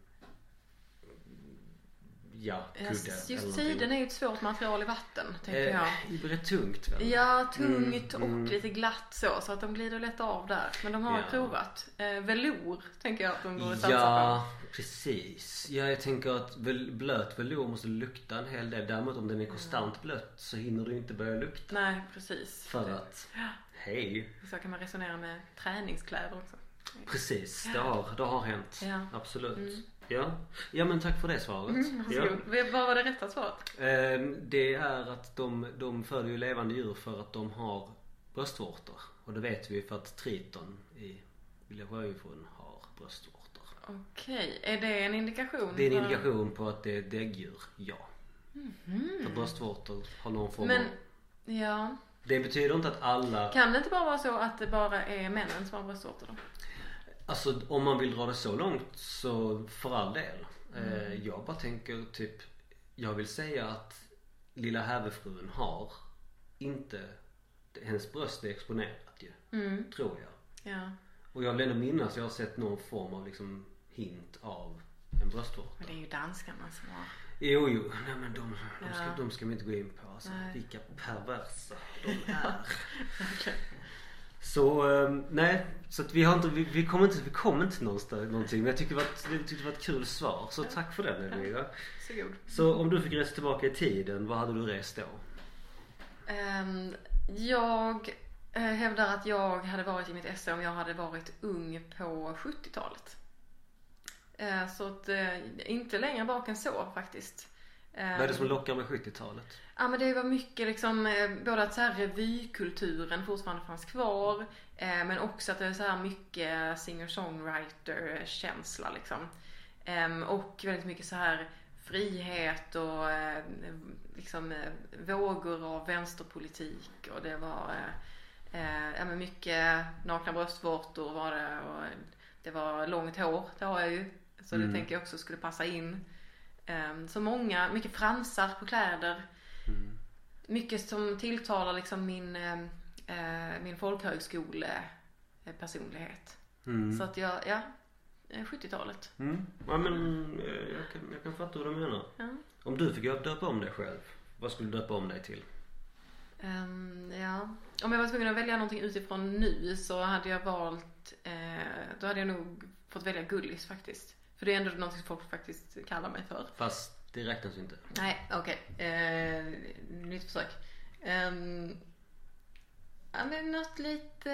Ja, kudde. Just, just siden är ju ett svårt material i vatten, tänker eh, jag. Rätt tungt väl? Ja, tungt mm, och mm. lite glatt så, så att de glider lätt av där. Men de har ja. provat. Eh, velour tänker jag att de går att satsa Ja, på. Precis. Ja, jag tänker att blöt velour måste lukta en hel del. Däremot om den är konstant blött så hinner du inte börja lukta. Nej, precis. För att, ja. hej. Så kan man resonera med träningskläder också. Precis, det har, det har hänt. Ja. Absolut. Mm. Ja. ja, men tack för det svaret. Mm, ja. Vad var det rätta svaret? Det är att de, de föder ju levande djur för att de har bröstvårtor. Och det vet vi för att triton i Vilja Sjöjungfrun har bröstvårtor. Okej, är det en indikation? Det är en indikation på att det är däggdjur, ja. Mm-hmm. För bröstvårtor har någon form men, av... ja. Det betyder inte att alla... Kan det inte bara vara så att det bara är männen som har bröstvårtor då? Alltså om man vill dra det så långt så för all del. Mm. Eh, jag bara tänker typ, jag vill säga att lilla hävefrun har inte, hennes bröst är exponerat ju. Mm. Tror jag. Ja. Och jag vill ändå minnas, jag har sett någon form av liksom hint av en bröstvårta. Men det är ju danskarna som har... Jo, jo. Nej men de, de, ja. ska, de ska vi inte gå in på. Alltså, vilka perversa de är. Okay. Så nej, så att vi har inte vi, vi kommer inte vi kommer inte någonstans någonting, men jag tycker det var ett, jag tyckte det var ett kul svar. Så tack för den, Elvira. Så god. Så om du fick resa tillbaka i tiden, vad hade du rest då? Um, jag uh, hävdar att jag hade varit i mitt esse om jag hade varit ung på sjuttiotalet. Uh, så att uh, inte längre bak än så faktiskt. Vad är det som lockar med sjuttiotalet? Ja, men det var mycket liksom, både att så här revykulturen fortfarande fanns kvar, eh, men också att det är så här mycket singer-songwriter-känsla liksom. Eh, och väldigt mycket så här frihet och eh, liksom eh, vågor av vänsterpolitik, och det var eh, ja, men mycket nakna bröstvårtor var det, och det var långt hår, det har jag ju, så det mm. tänker jag också skulle passa in. Så många, mycket fransar på kläder. Mm. Mycket som tilltalar liksom min äh, min folkhögskolepersonlighet. Mm. Så att jag, ja, sjuttiotalet. Mm. Ja, men jag kan, jag kan fatta hur du menar. Ja. Om du fick döpa om dig själv, vad skulle du döpa om dig till? Um, ja. Om jag var tvungen att välja någonting utifrån nu så hade jag valt, eh, då hade jag nog fått välja Gullis faktiskt. För det är ändå något som folk faktiskt kallar mig för. Fast det räknas ju inte. Nej, okej. Okay. Eh, nytt försök. Um, ja, men något lite...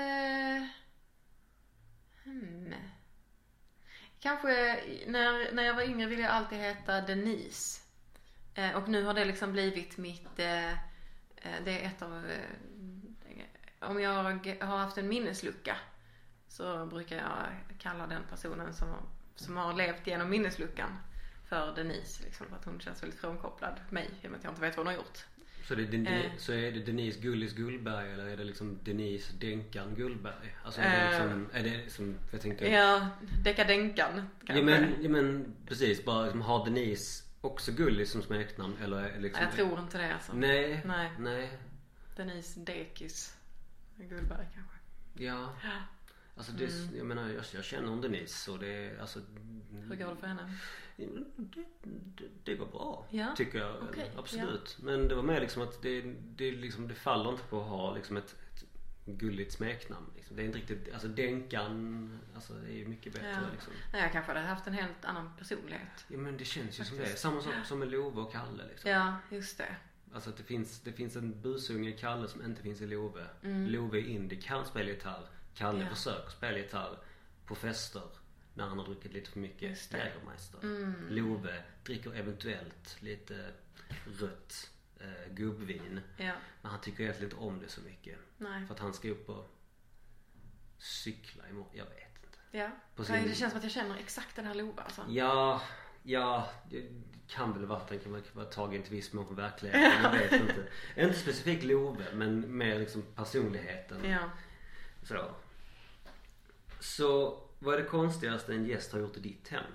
Hmm. Kanske när, när jag var yngre ville jag alltid heta Denise. Eh, och nu har det liksom blivit mitt... Eh, det är ett av... Eh, om jag har haft en minneslucka så brukar jag kalla den personen som... som har levt genom minnesluckan för Denise liksom, för att hon känns väldigt frånkopplad mig, i och med att jag inte vet vad hon har gjort. Så, det är, Den- eh. så är det Denise Gullis Gullberg, eller är det liksom Denise Denkan Gullberg? Alltså är det liksom, är det som jag tänker... Ja, Dekadenkan kanske. Ja men, ja men precis, bara liksom, har Denise också Gullis som smeknamn, eller är liksom... Jag tror inte det alltså. Nej, nej. nej. Denise Dekis Gullberg kanske. Ja. Alltså det, mm. jag menar, jag, jag känner om Denise och det, alltså... Hur går det för henne? Det, det, det går bra, ja. tycker jag. Okay. Absolut. Ja. Men det var mer liksom att det, det, liksom, det faller inte på att ha liksom ett, ett gulligt smeknamn. Liksom. Det är inte riktigt, alltså Denkan, alltså det är ju mycket bättre. Ja. Liksom. Nej, jag kanske hade haft en helt annan personlighet. Ja men det känns ju faktiskt som det är. Samma sak som med Love och Kalle liksom. Ja, just det. Alltså att det finns, det finns en busunge Kalle som inte finns i Love. Mm. Love är indie, kan spela gitarr. Kalle ja. försöker spela gitarr på fester när han har druckit lite för mycket Jägermeister. Mm. Love dricker eventuellt lite rött eh, gubbvin. Ja. Men han tycker egentligen inte om det så mycket. Nej. För att han ska upp och cykla imorgon. Jag vet inte. Ja. Sin... Det känns som att jag känner exakt den här Love alltså. Ja, ja. Det kan väl vara att den kan vara tagen till viss mån på verkligheten. Jag vet inte. Inte specifikt Love, men mer liksom personligheten. Ja. Så. Så vad är det konstigaste en gäst har gjort i ditt hem?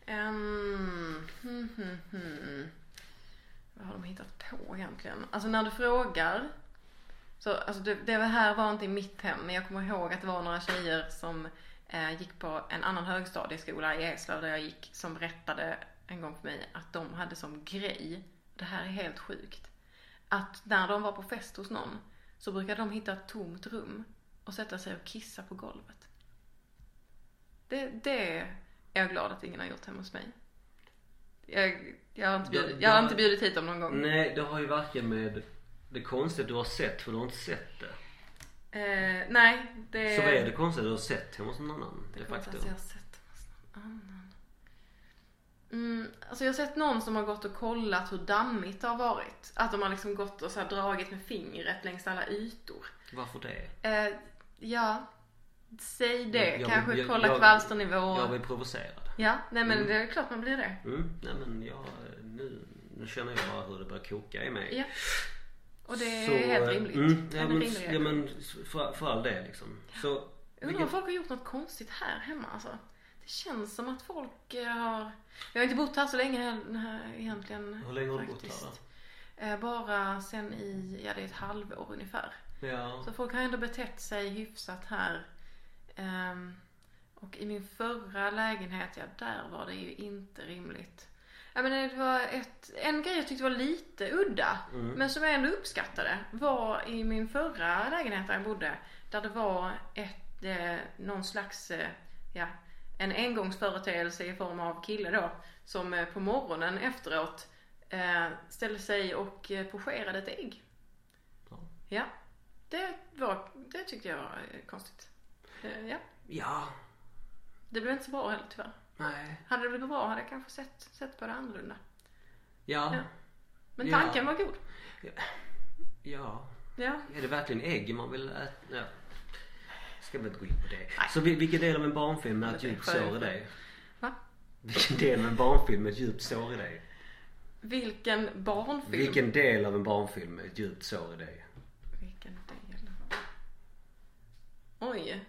Um, hmm, hmm, hmm. Vad har de hittat på egentligen? Alltså när du frågar så, alltså det, det här var inte i mitt hem, men jag kommer ihåg att det var några tjejer som eh, gick på en annan högstadieskola i Eslöv där jag gick, som berättade en gång för mig att de hade som grej, det här är helt sjukt, att när de var på fest hos någon så brukade de hitta ett tomt rum och sätta sig och kissa på golvet. Det, det är jag glad att ingen har gjort hemma hos mig. Jag, jag, har, inte bjudit, jag har inte bjudit hit dem någon gång. Nej, det har ju varken med det konstiga du har sett, för du har inte sett det. Eh, nej, det... Så vad är det konstiga du har sett hemma hos någon annan? Det, det konstiga jag har sett hos någon annan. Mm, alltså jag har sett någon som har gått och kollat hur dammigt det har varit. Att de har liksom gått och så här dragit med fingret längs alla ytor. Varför det? Eh, ja, säg det. Jag, jag, Kanske jag, kolla jag, kvalsternivå. Jag blir provocerad. Ja, nej men mm. det är klart man blir det. Mm, nej men jag, nu, nu känner jag bara hur det börjar koka i mig. Ja. Och det är så, helt rimligt. Mm, ja, en men, rimlig ja men för, för all det liksom. Så, jag undrar vilket... om folk har gjort något konstigt här hemma alltså. Det känns som att folk eh, har... Jag har inte bott här så länge här, egentligen. Hur länge har du faktiskt. bott här då? Eh, bara sen i, ja det är ett halvår ungefär. Ja. Så folk har ändå betett sig hyfsat här. Um, och i min förra lägenhet, ja där var det ju inte rimligt. Jag menar, det var ett, en grej jag tyckte var lite udda, mm. men som jag ändå uppskattade, var i min förra lägenhet där jag bodde, där det var ett, eh, någon slags, eh, ja, en engångsföreteelse i form av kille då, som eh, på morgonen efteråt eh, ställde sig och eh, pocherade ett ägg. Ja. Ja, det var, det tyckte jag var eh, konstigt. Eh, ja. Ja. Det blev inte så bra heller tyvärr. Nej. Hade det blivit bra hade jag kanske sett, sett på det annorlunda. Ja. Ja. Men tanken ja. var god. Ja. ja. Ja. Är det verkligen ägg man vill äta? Ja. Ska vi inte gå in på det. Nej. Så vilken del av en barnfilm med ett djupt sår i dig? Va? Vilken del av en barnfilm med ett djupt sår i dig? Vilken barnfilm? Vilken del av en barnfilm med ett djupt sår i dig? Vilken del? Oj.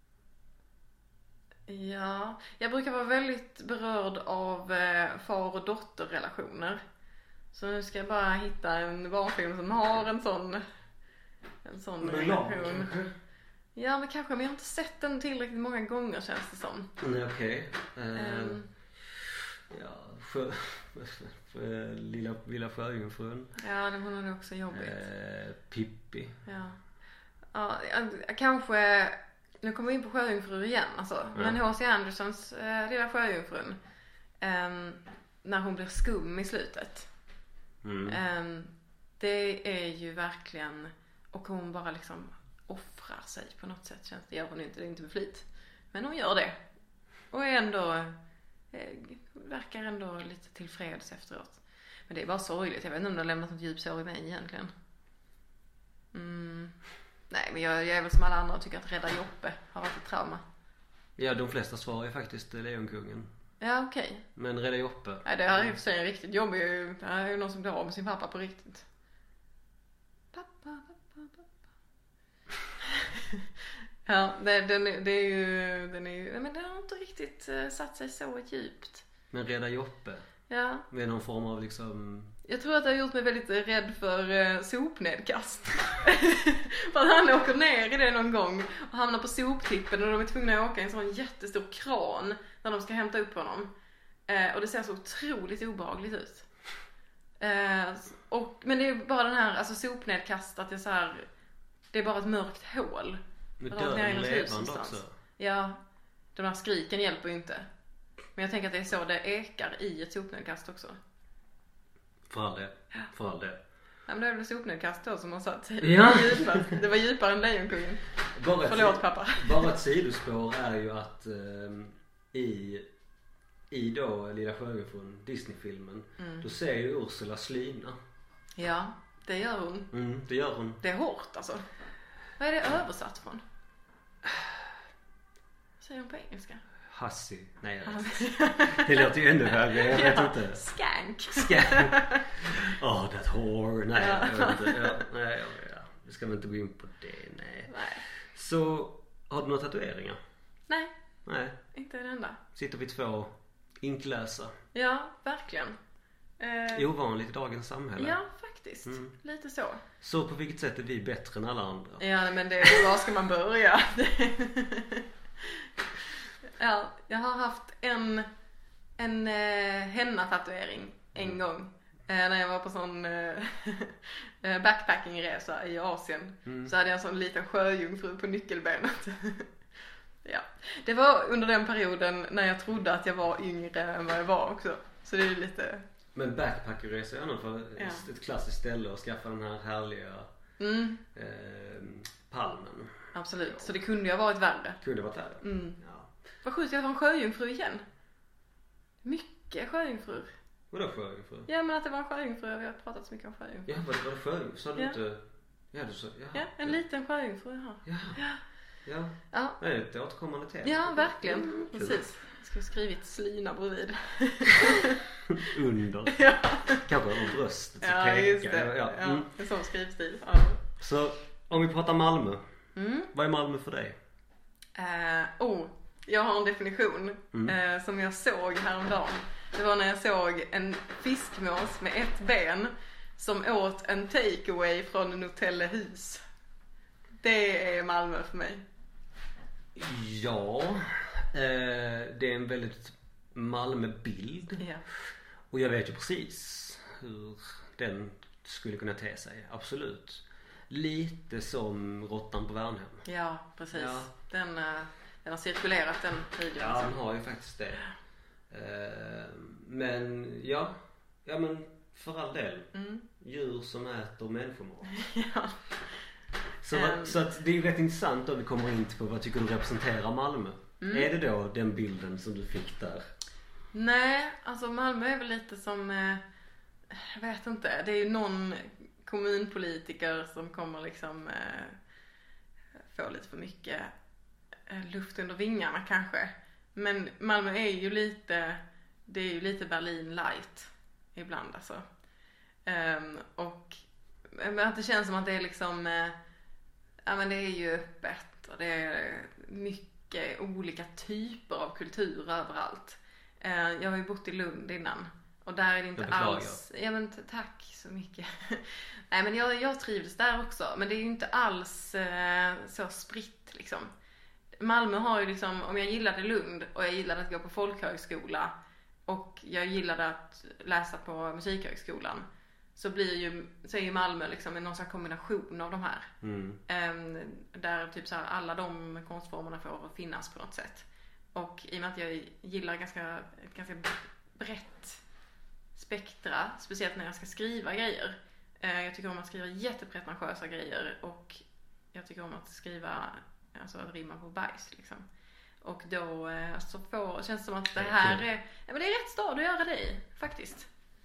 Ja, jag brukar vara väldigt berörd av eh, far- och dotterrelationer. Så nu ska jag bara hitta en barnfilm som har en sån en sån relation. Ja, men kanske, men jag har inte sett den tillräckligt många gånger känns det som. Nej, okej. Okay. Uh, um, ja, sjö, sjö, lilla, lilla sjöjungfrun. Ja, det var nog också jobbigt. Uh, Pippi. Ja. Ja, kanske... Nu kommer vi in på Sjöjungfrur igen alltså. Ja. Men H C Andersons äh, lilla Sjöjungfrun, ähm, när hon blir skum i slutet, mm. ähm, det är ju verkligen, och hon bara liksom offrar sig på något sätt, känns det. Gör hon inte, det är inte med flit, men hon gör det och är ändå äh, verkar ändå lite tillfreds efteråt. Men det är bara sorgligt. Jag vet inte om det har lämnat något djupt sår i mig egentligen. Mm. Nej, men jag, jag är väl som alla andra och tycker att Rädda Joppe har varit ett trauma. Ja, de flesta svar är faktiskt Lejonkungen. Ja, okej. Okay. Men Rädda Joppe. Nej, det här är ju för sig en riktigt jobbig. Det här är ju någon som blir av med sin pappa på riktigt. Pappa, pappa, pappa. Ja, det, den, det är ju, den är ju, men den har inte riktigt uh, satt sig så djupt. Men Rädda Joppe? Ja. Med någon form av liksom... Jag tror att det har gjort mig väldigt rädd för uh, sopnedkast. För att han åker ner i det någon gång och hamnar på soptippen och de är tvungna att åka i en sån jättestor kran när de ska hämta upp honom. Uh, och det ser så otroligt obehagligt ut. Uh, och, men det är bara den här, alltså sopnedkast, att det är så här, det är bara ett mörkt hål. Men dör en levande också? Ja, de här skriken hjälper ju inte. Men jag tänker att det är så det ekar i ett sopnedkast också. För all det, för all det. Ja, men det är väl sopnedkast då som har satt sig ja. djupare. Det var djupare än Lejonkungen. Förlåt pappa. Bara ett sidospår är ju att um, i, i då Lilla Sjöjungfrun, Disney-filmen, mm. då ser ju Ursula slyna. Ja, det gör hon. Mm, det gör hon. Det är hårt alltså. Vad är det översatt från? Vad säger hon på engelska? Hussy. Nej, jag vet. Det låter ju ännu högre. Jag vet ja, inte. Skank. Skank. Oh, that whore. Nej, ja. jag vet inte. Ja, nej, ja. Vi ska väl inte gå in på det. Nej. nej. Så, har du några tatueringar? Nej, Nej. inte det enda. Sitter vi två inklösa. Ja, verkligen. Eh, Ovanligt i dagens samhälle. ja, faktiskt. Mm. Lite så. Så på vilket sätt är vi bättre än alla andra? Ja, men det är var ska man börja? Ja, jag har haft en en eh, henna-tatuering en gång. Eh, när jag var på sån eh, backpackingresa i Asien. Mm. Så hade jag en sån liten sjöjungfru på nyckelbenet. Ja. Det var under den perioden när jag trodde att jag var yngre än vad jag var också. Så det är ju lite... Men backpackerresa är nog för Ja. ett klassiskt ställe att skaffa den här härliga Mm, eh, palmen. absolut. Så det kunde ju ha varit värre. Kunde varit här. Mm. Ja. Vad sjukt att det var en sjöjungfru igen. Mycket sjöjungfrur. Vadå sjöjungfru? Ja, men att det var en sjöjungfru. Vi har pratat så mycket om sjöjungfru. Ja, var det, var det sjöjungfru? Sa du Ja. inte? Ja, du sa... Jaha. Ja, en ja. liten sjöjungfru jag har. Ja. Ja. Ja. Ja, Det är ett återkommande tema. ja verkligen. Mm, kul. Precis. Jag skulle ha skrivit slyna bredvid. Under. Ja, Kanske över bröstet. så ja pekar just jag. det. Ja. Ja, Mm. en sån skrivstil. Ja. Så om vi pratar Malmö. Mm. Vad är Malmö för dig? Eh, oh, jag har en definition Mm. eh, som jag såg häromdagen. Det var när jag såg en fiskmås med ett ben som åt en takeaway från Nutellehus. Det är Malmö för mig. Ja, eh, det är en väldigt Malmöbild. Ja. Och jag vet ju precis hur den skulle kunna te sig. Absolut. Lite som Råttan på Värnhem. Ja, precis. Ja. Den, eh, den har cirkulerat den videon. Ja, den har ju faktiskt det. Eh, men ja, ja men för all del. Mm. Djur som äter människomat. Ja. Så, Ehm. så att det är rätt intressant om vi kommer in på vad tycker du representerar Malmö. Mm. Är det då den bilden som du fick där? Nej, alltså Malmö är väl lite som, eh, jag vet inte, det är ju någon kommunpolitiker som kommer liksom eh, få lite för mycket eh, luft under vingarna kanske. Men Malmö är ju lite, det är ju lite Berlin light ibland alltså. Ehm, och men att det känns som att det är liksom, eh, ja men det är ju öppet och det är mycket olika typer av kultur överallt. Eh, jag har ju bott i Lund innan och där är det inte Jag beklagar. alls, ja men t- tack så mycket. Nej men jag, jag trivdes där också, men det är ju inte alls eh, så spritt liksom. Malmö har ju liksom, om jag gillade Lund och jag gillade att gå på folkhögskola och jag gillade att läsa på musikhögskolan, så blir ju, så är ju Malmö liksom en någon slags kombination av de här. Mm. Um, där typ så här, alla de konstformerna får finnas på något sätt. Och i och med att jag gillar ganska, ett ganska brett spektra, speciellt när jag ska skriva grejer. Uh, jag tycker om att skriva jättepretentiösa grejer och jag tycker om att skriva, alltså att rimma på bajs liksom. Och då uh, så får, känns det som att det här är, ja men det är rätt stad att göra det i, faktiskt.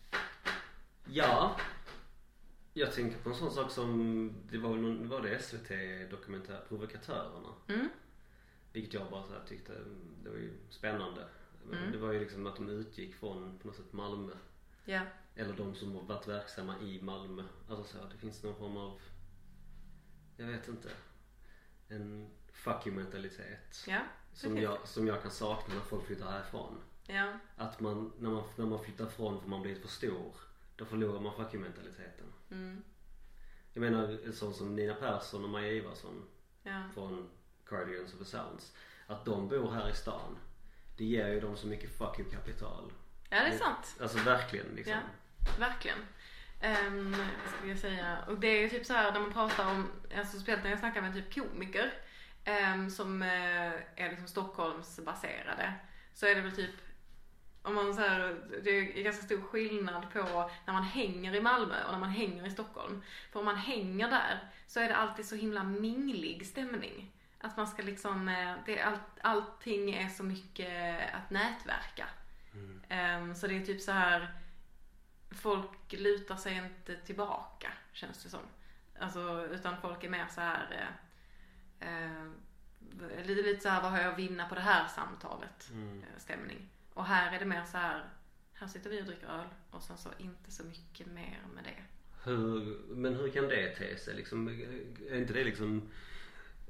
Ja. Jag tänker på en sån sak som, det var, någon, var det S V T-dokumentär, Provokatörerna. Mm. Vilket jag bara så här tyckte, det var ju spännande. Men Mm. det var ju liksom att de utgick från på något sätt Malmö. Ja. Eller de som har varit verksamma i Malmö. Alltså så här, det finns någon form av, jag vet inte, en fuck you mentalitet. Ja. Som jag, som jag kan sakna när folk flyttar härifrån. Ja. Att man, när man, när man flyttar från för man blir för stor, då förlorar man fuck you mentaliteten. Mm. Jag menar en sån som Nina Persson och Maja Ivarsson Ja. från Cardigans of the Sounds. Att de bor här i stan, det ger ju dem så mycket fuck you kapital. Ja, det är sant. Alltså verkligen liksom. Ja, verkligen. Um, vad ska jag säga? Och det är ju typ så här när man pratar om, alltså speciellt när jag snackar med typ komiker um, som uh, är liksom Stockholmsbaserade, så är det väl typ, om man så här, det är ganska stor skillnad på när man hänger i Malmö och när man hänger i Stockholm. För om man hänger där så är det alltid så himla minglig stämning. Att man ska liksom, det är all, allting är så mycket att nätverka. Mm. Um, så det är typ så här, folk lutar sig inte tillbaka, känns det som. Alltså, utan folk är mer så här uh, uh, lite, lite så här, vad har jag att vinna på det här samtalet? Mm. Uh, stämning. Och här är det mer så här, här sitter vi och dricker öl och sen så inte så mycket mer med det. Hur, men hur kan det te sig liksom? Är inte det liksom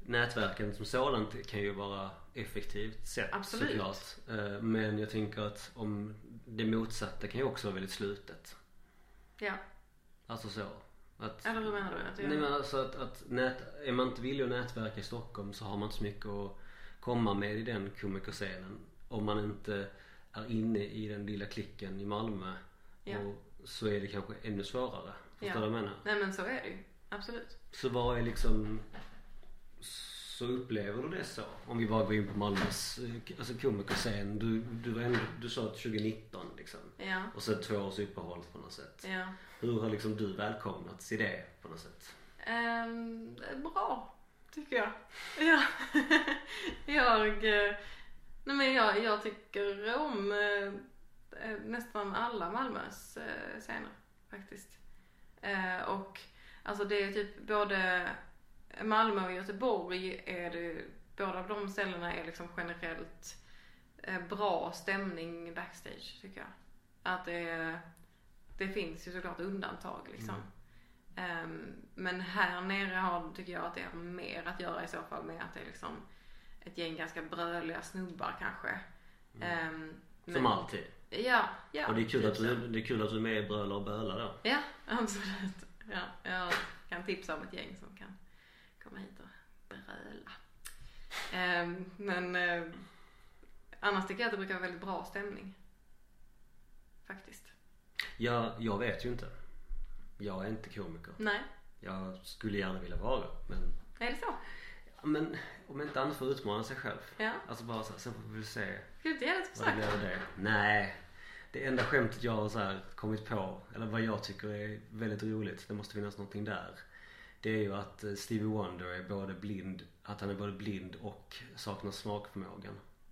nätverken som sådant kan ju vara effektivt sett. Absolut. Såklart. Eh, Men jag tänker att om det motsatta kan ju också vara väldigt slutet. Ja. Alltså så. Att, Eller hur menar du? Att jag... nej men alltså att, att nät, är man inte villig att nätverka i Stockholm så har man inte så mycket att komma med i den komikerscenen. Om man inte är inne i den lilla klicken i Malmö. Ja. Och så är det kanske ännu svårare. Förstår Ja. du vad jag menar? Nej men så är det ju. Absolut. Så vad är liksom, så upplever du det så? Om vi bara går in på Malmös alltså komikerscen. Du, du, var ändå, du sa att tjugonitton liksom. Ja. Och så två års uppehåll på något sätt. Ja. Hur har liksom du välkomnats i det på något sätt? Um, bra, tycker jag. Ja. jag, eh, nej men jag, jag tycker om eh, nästan alla Malmös eh, scener faktiskt. Eh, och alltså det är typ både Malmö och Göteborg är det, båda av de ställena är liksom generellt eh, bra stämning backstage tycker jag. Att det, det finns ju såklart undantag liksom. Mm. Um, men här nere har, tycker jag att det har mer att göra i så fall med att det är liksom ett gäng ganska bröliga snubbar kanske. Mm. Um, Som men, alltid. Ja, ja. Och det är kul typ att du, det är kul att du är med i Bröla och Böla då. Ja, absolut. Ja, jag kan tipsa om ett gäng som kan komma hit och bröla. Um, men uh, annars tycker jag att det brukar vara väldigt bra stämning. Faktiskt. Ja, jag vet ju inte. Jag är inte komiker. Nej. Jag skulle gärna vilja vara, men... Är det så? Ja, men om inte annars får utmana sig själv. Ja. Alltså bara så här, sen får vi väl se. Ska du inte ge det ett vad det försök? blir av det. Nej. Det enda skämtet jag har så här kommit på, eller vad jag tycker är väldigt roligt, det måste finnas någonting där. Det är ju att eh, Stevie Wonder är både blind, att han är både blind och saknar smakförmågan.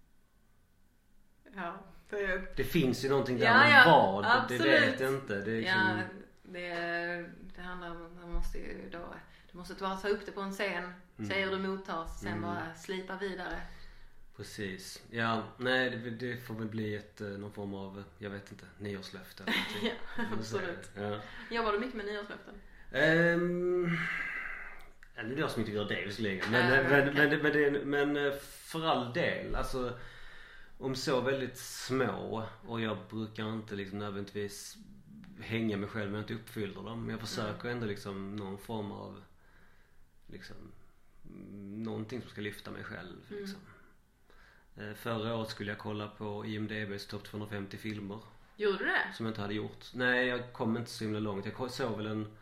Ja, det, Det finns ju någonting där, Ja, men ja, vad? absolut. Det vet jag inte. Det är liksom... ja, det, det handlar om att man måste ju då, du måste bara ta upp det på en scen, Mm. se hur det mottas, sen Mm. bara slipa vidare. Precis. Ja, nej det, det får väl bli ett, eh, någon form av, jag vet inte, nyårslöfte eller någonting. Ja, Vi får se. absolut. Ja. Jobbar du mycket med nyårslöften? Um, ja, det är jag som inte gör det visserligen. Men, Äh, men, okay. men, men, det, men eh, för all del, alltså om så väldigt små, och jag brukar inte liksom nödvändigtvis hänga mig själv när jag inte uppfyller dem. Men jag försöker ändå liksom någon form av liksom någonting som ska lyfta mig själv liksom. Mm. Förra året skulle jag kolla på I M D B:s topp tvåhundrafemtio filmer. Gjorde du det? Som jag inte hade gjort. Nej, jag kom inte så himla långt. Jag såg väl en...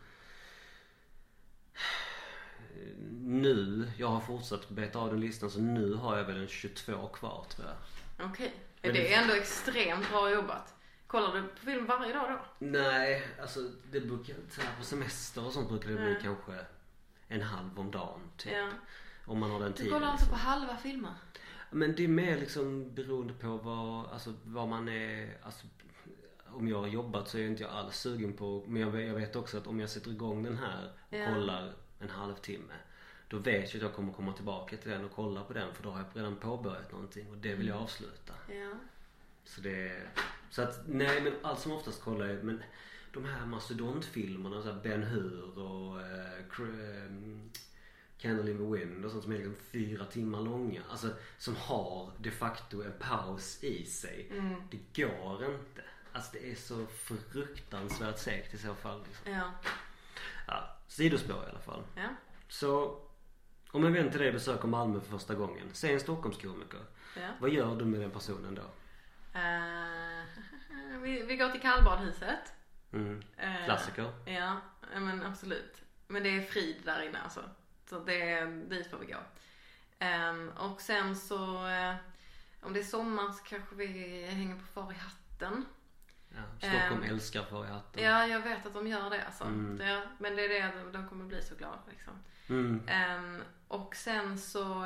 Nu, jag har fortsatt beta av den listan, så nu har jag väl en tjugotvå kvar tror jag. Okej. Okay. Men Det det- är ändå extremt bra jobbat. Kollar du på film varje dag då? Nej, alltså det brukar, så här på semester och sånt brukar det bli Mm. kanske en halv om dagen typ. Ja. Om man har den Du tiden. kollar alltså på halva filmer? Men det är mer liksom beroende på vad, alltså vad man är, alltså om jag har jobbat så är inte jag alls sugen på, men jag vet, jag vet också att om jag sätter igång den här och Ja. kollar en halvtimme, då vet jag att jag kommer komma tillbaka till den och kolla på den, för då har jag redan påbörjat någonting och det vill jag avsluta. Ja. Så det, så att nej, men allt som oftast kollar jag, men de här mastodontfilmerna, så här Ben Hur och eh, Cr- ehm, Candle in the Wind och sånt som är liksom fyra timmar långa, alltså som har de facto en paus i sig. Mm. Det går inte. Alltså det är så fruktansvärt segt i så fall liksom. Ja. Ja, sidospår i alla fall. Ja. Så om en vän till dig besöker Malmö för första gången, säg en Stockholmskomiker, Ja. vad gör du med den personen då? Uh, vi, vi går till kallbadhuset. Mm. Eh, Klassiker. Ja, men absolut. Men det är frid där inne alltså. Så det är, dit får vi gå. Ehm, och sen så, eh, om det är sommar så kanske vi hänger på Far i hatten. Ja, Stockholm Ehm, älskar Far i hatten. Ja, jag vet att de gör det alltså. Mm. Det, men det är det, de, de kommer bli så glada liksom. Mm. Ehm, och sen så,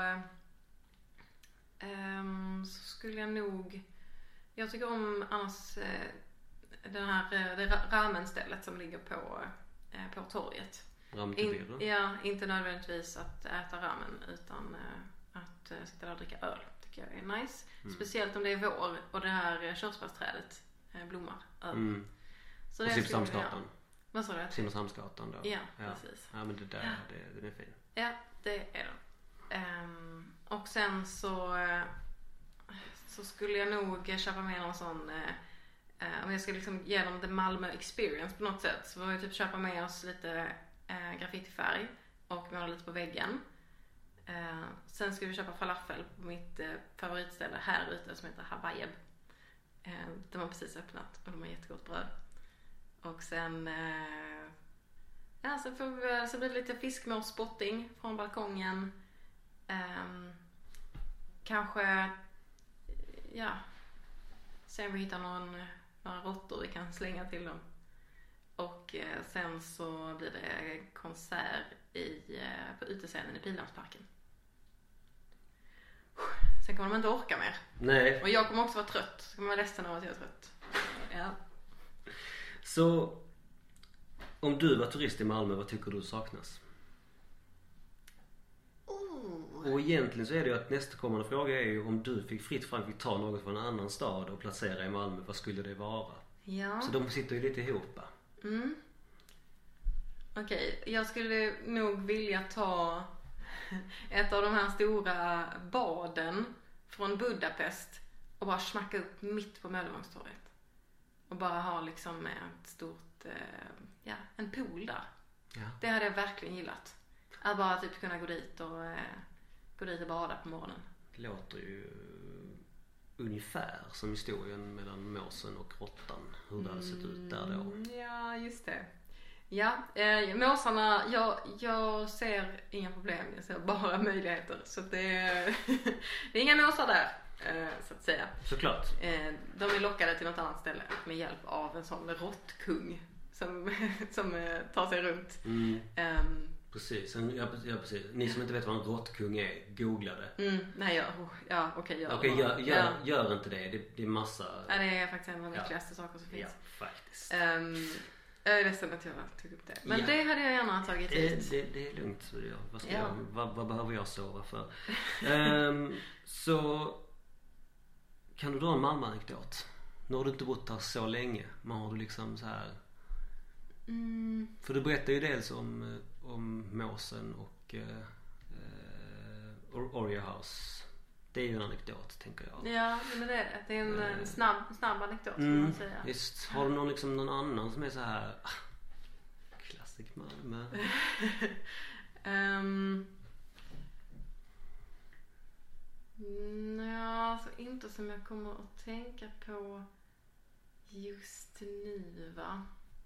ehm, så skulle jag nog, jag tycker om annars eh, den här, eh, det ra- ramenstället som ligger på, eh, på torget. Ram till In, birra. ja, inte nödvändigtvis att äta ramen utan eh, att eh, sitta där och dricka öl. Tycker jag är nice. Mm. Speciellt om det är vår och det här eh, körsbärsträdet eh, blommar över. Mm. Så På det skulle jag vilja Simrishamnsgatan. göra. Vad sa du? Simrishamnsgatan då. Ja, ja. precis. Ja, men det där, det, den är fin. Ja, det är den. Um, och sen så så skulle jag nog köpa med någon sån uh, om jag ska liksom ge dem the Malmö experience på något sätt, så var jag typ köpa med oss lite uh, graffitifärg och måla lite på väggen. Uh, sen skulle vi köpa falafel på mitt uh, favoritställe här ute som heter Habayeb. Uh, de har precis öppnat och de har jättegott bröd. Och sen uh, ja, så, får vi, så blir det lite fiskmåsspotting från balkongen. Um, kanske ja, sen vi hittar någon, några råttor vi kan slänga till dem. Och eh, sen så blir det konsert i, eh, på utescenen i Pildammsparken. Sen kommer de inte orka mer. Nej. Och jag kommer också vara trött. Så kommer jag vara ledsen av att jag är trött. Ja. Så om du var turist i Malmö, vad tycker du saknas? Oh. Och egentligen så är det ju att nästa kommande fråga är ju om du fick fritt fram fick ta något från en annan stad och placera i Malmö, vad skulle det vara? Ja. Så de sitter ju lite ihop. Mm. Okej, okay. Jag skulle nog vilja ta ett av de här stora baden från Budapest och bara smacka upp mitt på Möllevångstorget. Och bara ha liksom ett stort, eh, ja, en pool där. Ja. Det hade jag verkligen gillat. Att bara typ kunna gå dit och eh, gå dit och bada på morgonen. Det låter ju ungefär som historien mellan måsen och råttan. Hur det hade sett ut där då. Ja, just det. Ja, eh, måsarna, jag, jag ser inga problem. Jag ser bara möjligheter. Så det, det är inga måsar där, eh, så att säga. Såklart. Eh, de är lockade till något annat ställe med hjälp av en sån råttkung som, som eh, tar sig runt. Mm. Um, Precis. Ja, ja, precis. Ni som inte vet vad en råttkung är, googla det. Mm, nej, ja, ja okej, okay, gör Okej, okay, gör, gör, ja. gör inte det. det. Det är massa... Ja, det är faktiskt en av de ja. äckligaste saker som finns. Ja, faktiskt. Um, jag är ledsen att jag tog upp det. Men ja. det hade jag gärna tagit ut. Det, det, det är lugnt. Så jag, vad, ska ja. jag, vad, vad behöver jag sova för? um, så kan du dra en Malmö-anekdot? Nu har du inte bott här så länge. Men har du liksom så här... Mm. För du berättar ju dels om, om måsen och uh, Oreo House. Det är ju en anekdot, tänker jag. Ja, men det är det. Det är en uh, snabb, snabb anekdot, mm, kan man säga. Visst. Har du någon, liksom, någon annan som är så här ah, klassik Malmö? um, ja, alltså inte som jag kommer att tänka på just nu, va?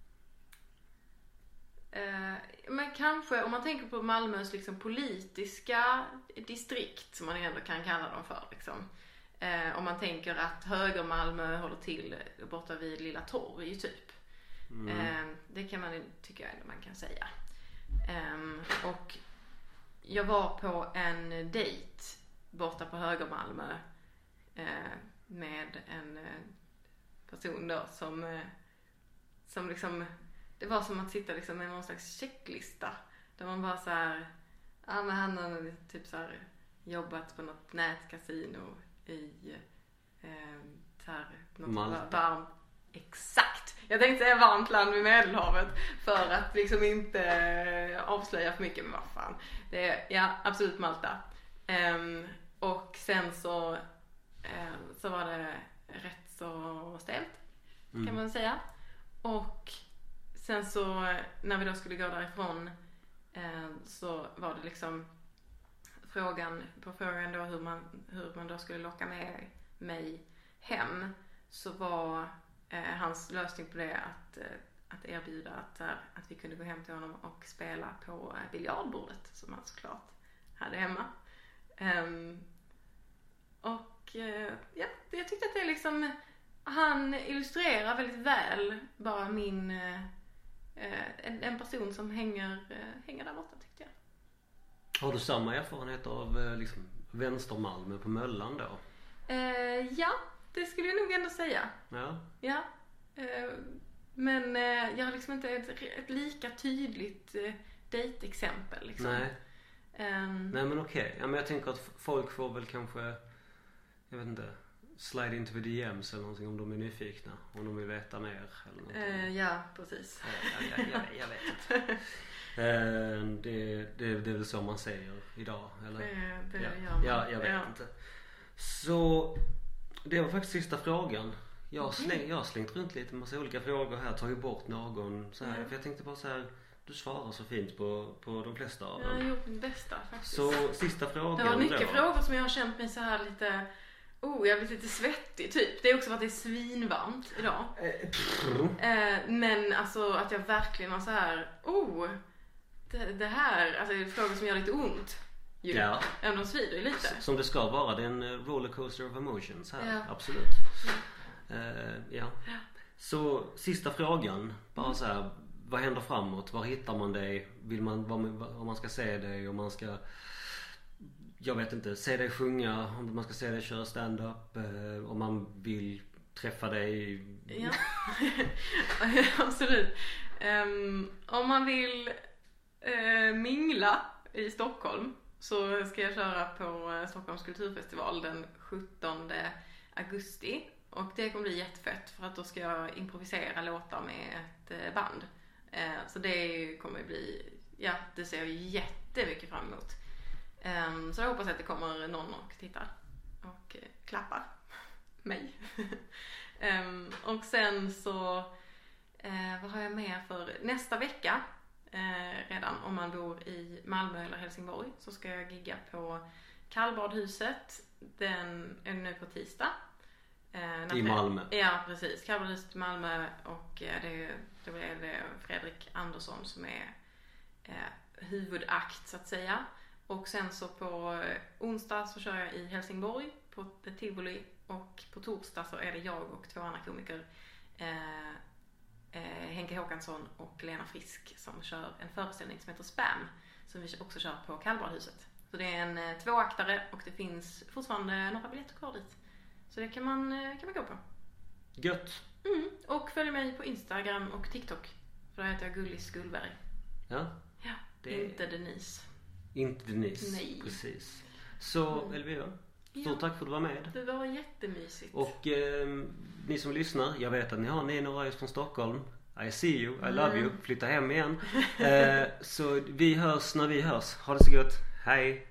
Uh, men kanske om man tänker på Malmös liksom politiska distrikt, som man ändå kan kalla dem för liksom. Uh, om man tänker att höger Malmö håller till borta vid Lilla Torg typ. Mm. Uh, det kan man tycka jag man kan säga. Um, och jag var på en dejt borta på höger Malmö uh, med en uh, person då som uh, som liksom, det var som att sitta liksom med någon slags checklista. Där man bara så här, ja men han har typ så här jobbat på något nätkasino i eh, så här, något varmt. Exakt! Jag tänkte säga varmt land vid Medelhavet för att liksom inte avslöja för mycket, men vad fan. Det är, ja, absolut Malta. Um, och sen så um, så var det rätt så stelt, mm. kan man säga. Och sen så när vi då skulle gå därifrån eh, så var det liksom frågan på frågan då hur man, hur man då skulle locka med mig hem, så var eh, hans lösning på det att, eh, att erbjuda att, att vi kunde gå hem till honom och spela på eh, biljardbordet som han såklart hade hemma. Um, och eh, ja, jag tyckte att det liksom, han illustrerar väldigt väl bara min eh, en, en person som hänger, eh, hänger där borta, tyckte jag. Har du samma erfarenhet av eh, liksom Vänstermalmö på Möllan då? Eh, ja, det skulle jag nog ändå säga. Ja. Ja. Eh, men eh, jag har liksom inte ett, ett lika tydligt eh, dejtexempel liksom. Nej. Um, Nej men okej. Okay. Ja, men jag tänker att folk får väl kanske, jag vet inte, slide into the D Ms eller någonting om de är nyfikna. Om de vill veta mer eller någonting. Eh, ja, precis. Eh, jag, jag, jag, jag vet inte. eh, det, det, det är väl så man säger idag, eller? Det, det ja. gör man. Ja, jag vet ja. inte. Så det var faktiskt sista frågan. Jag har, släng, jag har slängt runt lite massa olika frågor här, tagit bort någon så här. Mm. För jag tänkte bara så här, du svarar så fint på, på de flesta av Jag har dem. gjort mitt bästa faktiskt. Så sista frågan Det var mycket då. frågor som jag har känt mig så här lite, oh jag blir lite svettig typ. Det är också för att det är svinvarmt idag. Eh, men alltså att jag verkligen har så här, oh det, det här, alltså det är frågor som gör lite ont. Ju. Ja. Även de svider ju lite. Som det ska vara, det är en rollercoaster of emotions här, Ja. absolut. Uh, ja. Så sista frågan, bara mm. så här, vad händer framåt? Var hittar man dig? Vill man, om man ska se dig, om man ska, jag vet inte, se dig sjunga, om man ska se dig köra stand-up, uh, om man vill träffa dig. Ja, absolut. Um, om man vill uh, mingla i Stockholm så ska jag köra på Stockholms kulturfestival den sjuttonde augusti. Och det kommer bli jättefett för att då ska jag improvisera låtar med ett band. Så det kommer bli, ja det ser jag jättemycket fram emot. Så jag hoppas att det kommer någon och tittar och klappar mig. Och sen så, vad har jag mer för nästa vecka? Redan om man bor i Malmö eller Helsingborg så ska jag gigga på Kallbadhuset. Den är nu på tisdag. Eh, I Malmö. Ja, precis. Kallbadhuset i Malmö och det, då är det Fredrik Andersson som är eh, huvudakt så att säga. Och sen så på onsdag så kör jag i Helsingborg på The Tivoli och på torsdag så är det jag och två andra komiker eh, eh, Henke Håkansson och Lena Frisk som kör en föreställning som heter Spam som vi också kör på Kallbadhuset. Så det är en eh, tvåaktare och det finns fortfarande några biljetter kvar dit. Så det kan man, kan man gå på. Gött. Mm. Och följ mig på Instagram och TikTok. För då heter jag Gullis Gullberg. Ja. Ja, det... inte Denise. Inte Denise. Nej. Precis. Så mm. Elvira, stort ja. tack för att du var med. Det var jättemysigt. Och eh, ni som lyssnar, jag vet att ni har ni några just från Stockholm. I see you, I love you. Flytta hem igen. eh, så vi hörs när vi hörs. Ha det så gott. Hej.